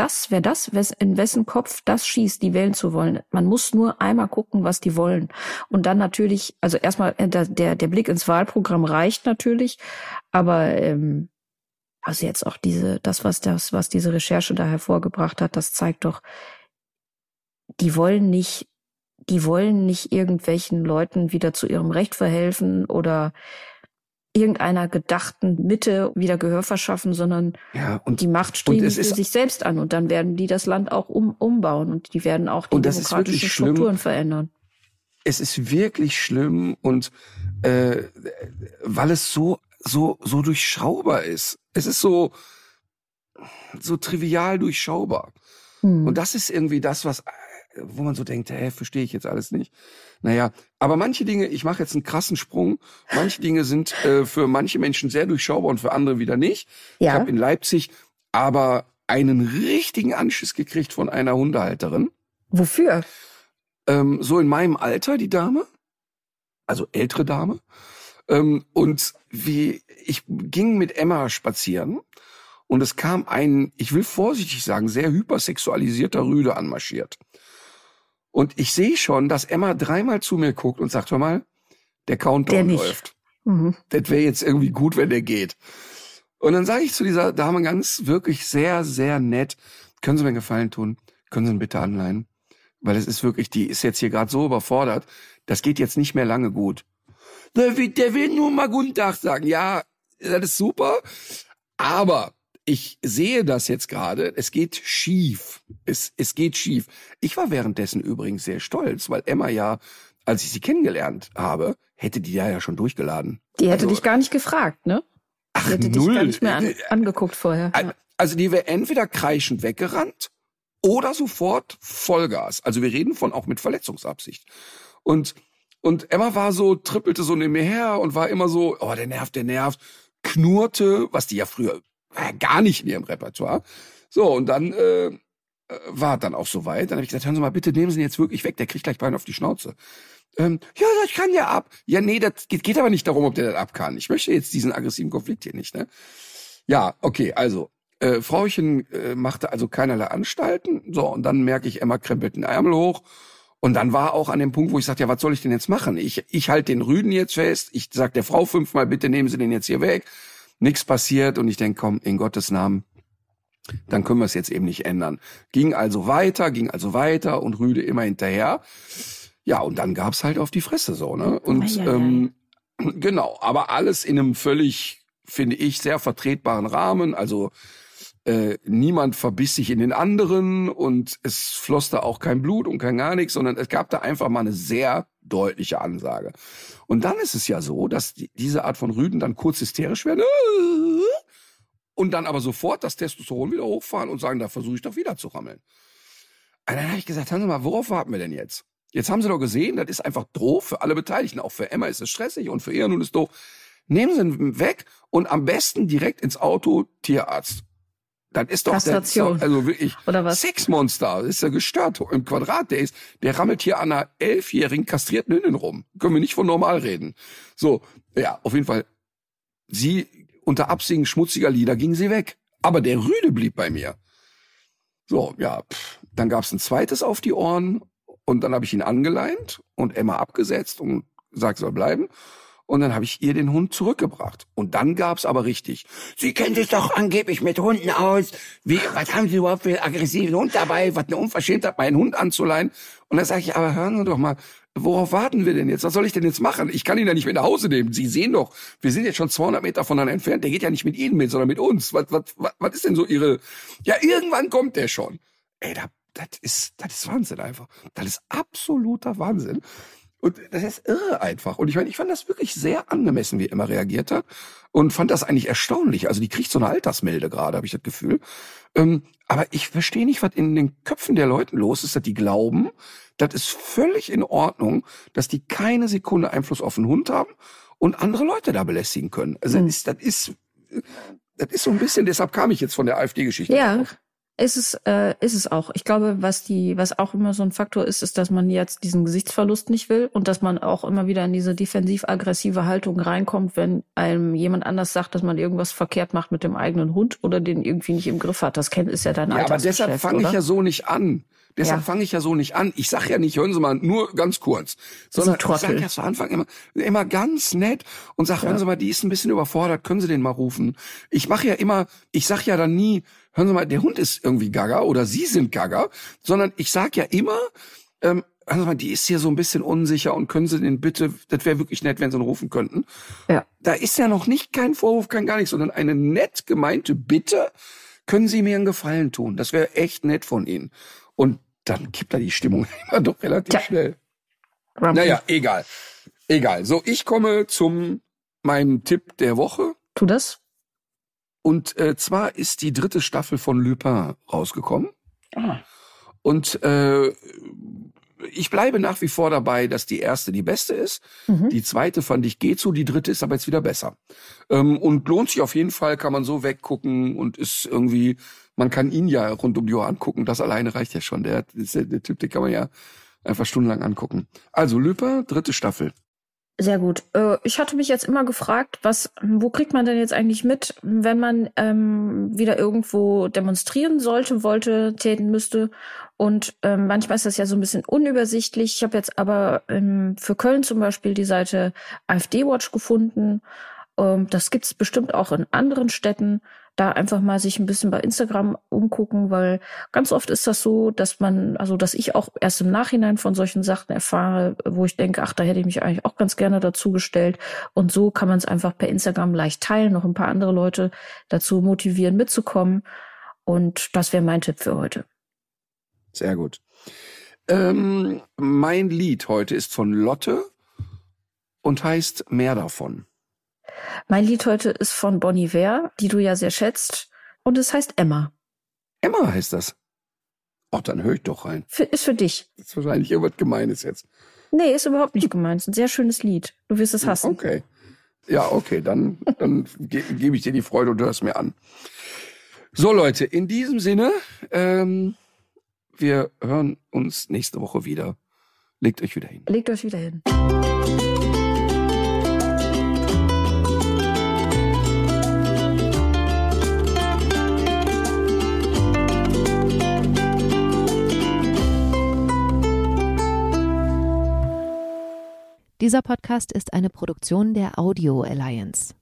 in wessen Kopf das schießt, die wählen zu wollen. Man muss nur einmal gucken, was die wollen. Und dann natürlich, also erstmal der Blick ins Wahlprogramm reicht natürlich, aber also jetzt auch was diese Recherche da hervorgebracht hat, das zeigt doch, die wollen nicht irgendwelchen Leuten wieder zu ihrem Recht verhelfen oder irgendeiner gedachten Mitte wieder Gehör verschaffen, sondern die Macht streben sie sich selbst an und dann werden die das Land auch umbauen und die werden auch die demokratischen Strukturen verändern. Es ist wirklich schlimm und weil es so durchschaubar ist. Es ist so trivial durchschaubar. Und das ist irgendwie das, wo man so denkt, verstehe ich jetzt alles nicht. Naja, aber manche Dinge, ich mache jetzt einen krassen Sprung, manche Dinge sind für manche Menschen sehr durchschaubar und für andere wieder nicht. Ja. Ich habe in Leipzig aber einen richtigen Anschiss gekriegt von einer Hundehalterin. Wofür? So in meinem Alter, die Dame, also ältere Dame. Und ich ging mit Emma spazieren und es kam ein, ich will vorsichtig sagen, sehr hypersexualisierter Rüde anmarschiert. Und ich sehe schon, dass Emma 3-mal zu mir guckt und sagt, hör mal, der Countdown läuft. Das wäre jetzt irgendwie gut, wenn der geht. Und dann sage ich zu dieser Dame ganz wirklich sehr, sehr nett, können Sie mir einen Gefallen tun? Können Sie ihn bitte anleihen? Weil es ist wirklich, die ist jetzt hier gerade so überfordert, das geht jetzt nicht mehr lange gut. Der will nur mal guten Tag sagen. Ja, das ist super, aber ich sehe das jetzt gerade, es geht schief. Es geht schief. Ich war währenddessen übrigens sehr stolz, weil Emma ja, als ich sie kennengelernt habe, hätte die ja schon durchgeladen. Die hätte dich gar nicht gefragt, ne? Ach, Die hätte dich gar nicht mehr angeguckt vorher. Ja. Also die wäre entweder kreischend weggerannt oder sofort Vollgas. Also wir reden von auch mit Verletzungsabsicht. Und Emma war so, trippelte so neben mir her und war immer so, oh, der nervt, knurrte, was die ja früher war ja gar nicht in ihrem Repertoire. So, und dann war dann auch soweit. Dann habe ich gesagt, hören Sie mal, bitte nehmen Sie ihn jetzt wirklich weg, der kriegt gleich Bein auf die Schnauze. Ja, ich kann ja ab. Ja, nee, das geht aber nicht darum, ob der das ab kann. Ich möchte jetzt diesen aggressiven Konflikt hier nicht, ne? Ja, okay, also, Frauchen machte also keinerlei Anstalten. So, und dann merke ich, Emma krempelt den Ärmel hoch. Und dann war auch an dem Punkt, wo ich sagte, ja, was soll ich denn jetzt machen? Ich halte den Rüden jetzt fest. Ich sag der Frau 5-mal, bitte nehmen Sie den jetzt hier weg. Nichts passiert. Und ich denke, komm, in Gottes Namen, dann können wir es jetzt eben nicht ändern. Ging also weiter und Rüde immer hinterher. Ja, und dann gab's halt auf die Fresse so, ne? Und genau, aber alles in einem völlig, finde ich, sehr vertretbaren Rahmen. Also niemand verbiss sich in den anderen und es floss da auch kein Blut und kein gar nichts, sondern es gab da einfach mal eine sehr deutliche Ansage. Und dann ist es ja so, dass diese Art von Rüden dann kurz hysterisch werden und dann aber sofort das Testosteron wieder hochfahren und sagen, da versuche ich doch wieder zu rammeln. Und dann habe ich gesagt, hören Sie mal, worauf warten wir denn jetzt? Jetzt haben Sie doch gesehen, das ist einfach doof für alle Beteiligten. Auch für Emma ist es stressig und für ihr nun ist es doof. Nehmen Sie ihn weg und am besten direkt ins Auto Tierarzt. Das ist doch also wirklich oder was? Sexmonster. Das ist ja gestört im Quadrat. Der rammelt hier an einer 11-jährigen kastrierten Hündin rum. Können wir nicht von normal reden. So, ja, auf jeden Fall. Sie unter Absingen schmutziger Lieder ging sie weg. Aber der Rüde blieb bei mir. So, ja, dann gab's ein zweites auf die Ohren und dann habe ich ihn angeleint und Emma abgesetzt und gesagt, soll bleiben. Und dann habe ich ihr den Hund zurückgebracht. Und dann gab's aber richtig. Sie kennt sich doch angeblich mit Hunden aus. Was haben Sie überhaupt für einen aggressiven Hund dabei? Was eine Unverschämtheit, meinen Hund anzuleihen. Und dann sage ich, aber hören Sie doch mal, worauf warten wir denn jetzt? Was soll ich denn jetzt machen? Ich kann ihn ja nicht mit nach Hause nehmen. Sie sehen doch, wir sind jetzt schon 200 Meter voneinander entfernt. Der geht ja nicht mit Ihnen mit, sondern mit uns. Was ist denn so Ihre... Ja, irgendwann kommt der schon. Ey, das ist Wahnsinn einfach. Das ist absoluter Wahnsinn. Und das ist irre einfach. Und ich meine, ich fand das wirklich sehr angemessen, wie Emma reagiert hat. Und fand das eigentlich erstaunlich. Also die kriegt so eine Altersmilde gerade, habe ich das Gefühl. Aber ich verstehe nicht, was in den Köpfen der Leuten los ist, dass die glauben, das ist völlig in Ordnung, dass die keine Sekunde Einfluss auf den Hund haben und andere Leute da belästigen können. Also das ist so ein bisschen, deshalb kam ich jetzt von der AfD-Geschichte. Ja. Ist es auch. Ich glaube, was auch immer so ein Faktor ist, dass man jetzt diesen Gesichtsverlust nicht will und dass man auch immer wieder in diese defensiv-aggressive Haltung reinkommt, wenn einem jemand anders sagt, dass man irgendwas verkehrt macht mit dem eigenen Hund oder den irgendwie nicht im Griff hat. Das ist ja dein Altersgeschäft, aber deshalb fange ich ja so nicht an. Ich sag ja nicht, hören Sie mal, nur ganz kurz. Sondern ich sage ja zu Anfang immer ganz nett und sag, hören Sie mal, die ist ein bisschen überfordert, können Sie den mal rufen? Ich sag ja dann nie, hören Sie mal, der Hund ist irgendwie gaga oder Sie sind gaga, sondern ich sag ja immer, hören Sie mal, die ist hier so ein bisschen unsicher und können Sie den bitte, das wäre wirklich nett, wenn Sie ihn rufen könnten. Ja. Da ist ja noch nicht kein Vorwurf, kein gar nichts, sondern eine nett gemeinte Bitte, können Sie mir einen Gefallen tun? Das wäre echt nett von Ihnen. Und dann kippt da die Stimmung immer doch relativ schnell. Naja, egal. So, ich komme zu meinem Tipp der Woche. Tu das. Und zwar ist die 3. Staffel von Lupin rausgekommen. Und ich bleibe nach wie vor dabei, dass die erste die beste ist. Die zweite fand ich geht so, die 3. ist aber jetzt wieder besser. Und lohnt sich auf jeden Fall, kann man so weggucken und ist irgendwie, man kann ihn ja rund um die Uhr angucken, das alleine reicht ja schon. Der Typ, den kann man ja einfach stundenlang angucken. Also Lupin, 3. Staffel. Sehr gut. Ich hatte mich jetzt immer gefragt, wo kriegt man denn jetzt eigentlich mit, wenn man wieder irgendwo demonstrieren wollte, täten müsste? Und manchmal ist das ja so ein bisschen unübersichtlich. Ich habe jetzt aber für Köln zum Beispiel die Seite AfD-Watch gefunden. Das gibt's bestimmt auch in anderen Städten. Da einfach mal sich ein bisschen bei Instagram umgucken, weil ganz oft ist das so, dass ich auch erst im Nachhinein von solchen Sachen erfahre, wo ich denke, ach, da hätte ich mich eigentlich auch ganz gerne dazu gestellt. Und so kann man es einfach per Instagram leicht teilen, noch ein paar andere Leute dazu motivieren, mitzukommen. Und das wäre mein Tipp für heute. Sehr gut. Mein Lied heute ist von Lotte und heißt Mehr davon. Mein Lied heute ist von Bon Iver, die du ja sehr schätzt. Und es heißt Emma. Emma heißt das? Ach, dann höre ich doch rein. Ist für dich. Das ist wahrscheinlich irgendwas Gemeines jetzt. Nee, ist überhaupt nicht gemein. Ist ein sehr schönes Lied. Du wirst es hassen. Okay. Ja, okay, dann gebe ich dir die Freude und du hörst mir an. So, Leute, in diesem Sinne, wir hören uns nächste Woche wieder. Legt euch wieder hin. Legt euch wieder hin. Dieser Podcast ist eine Produktion der Audio Alliance.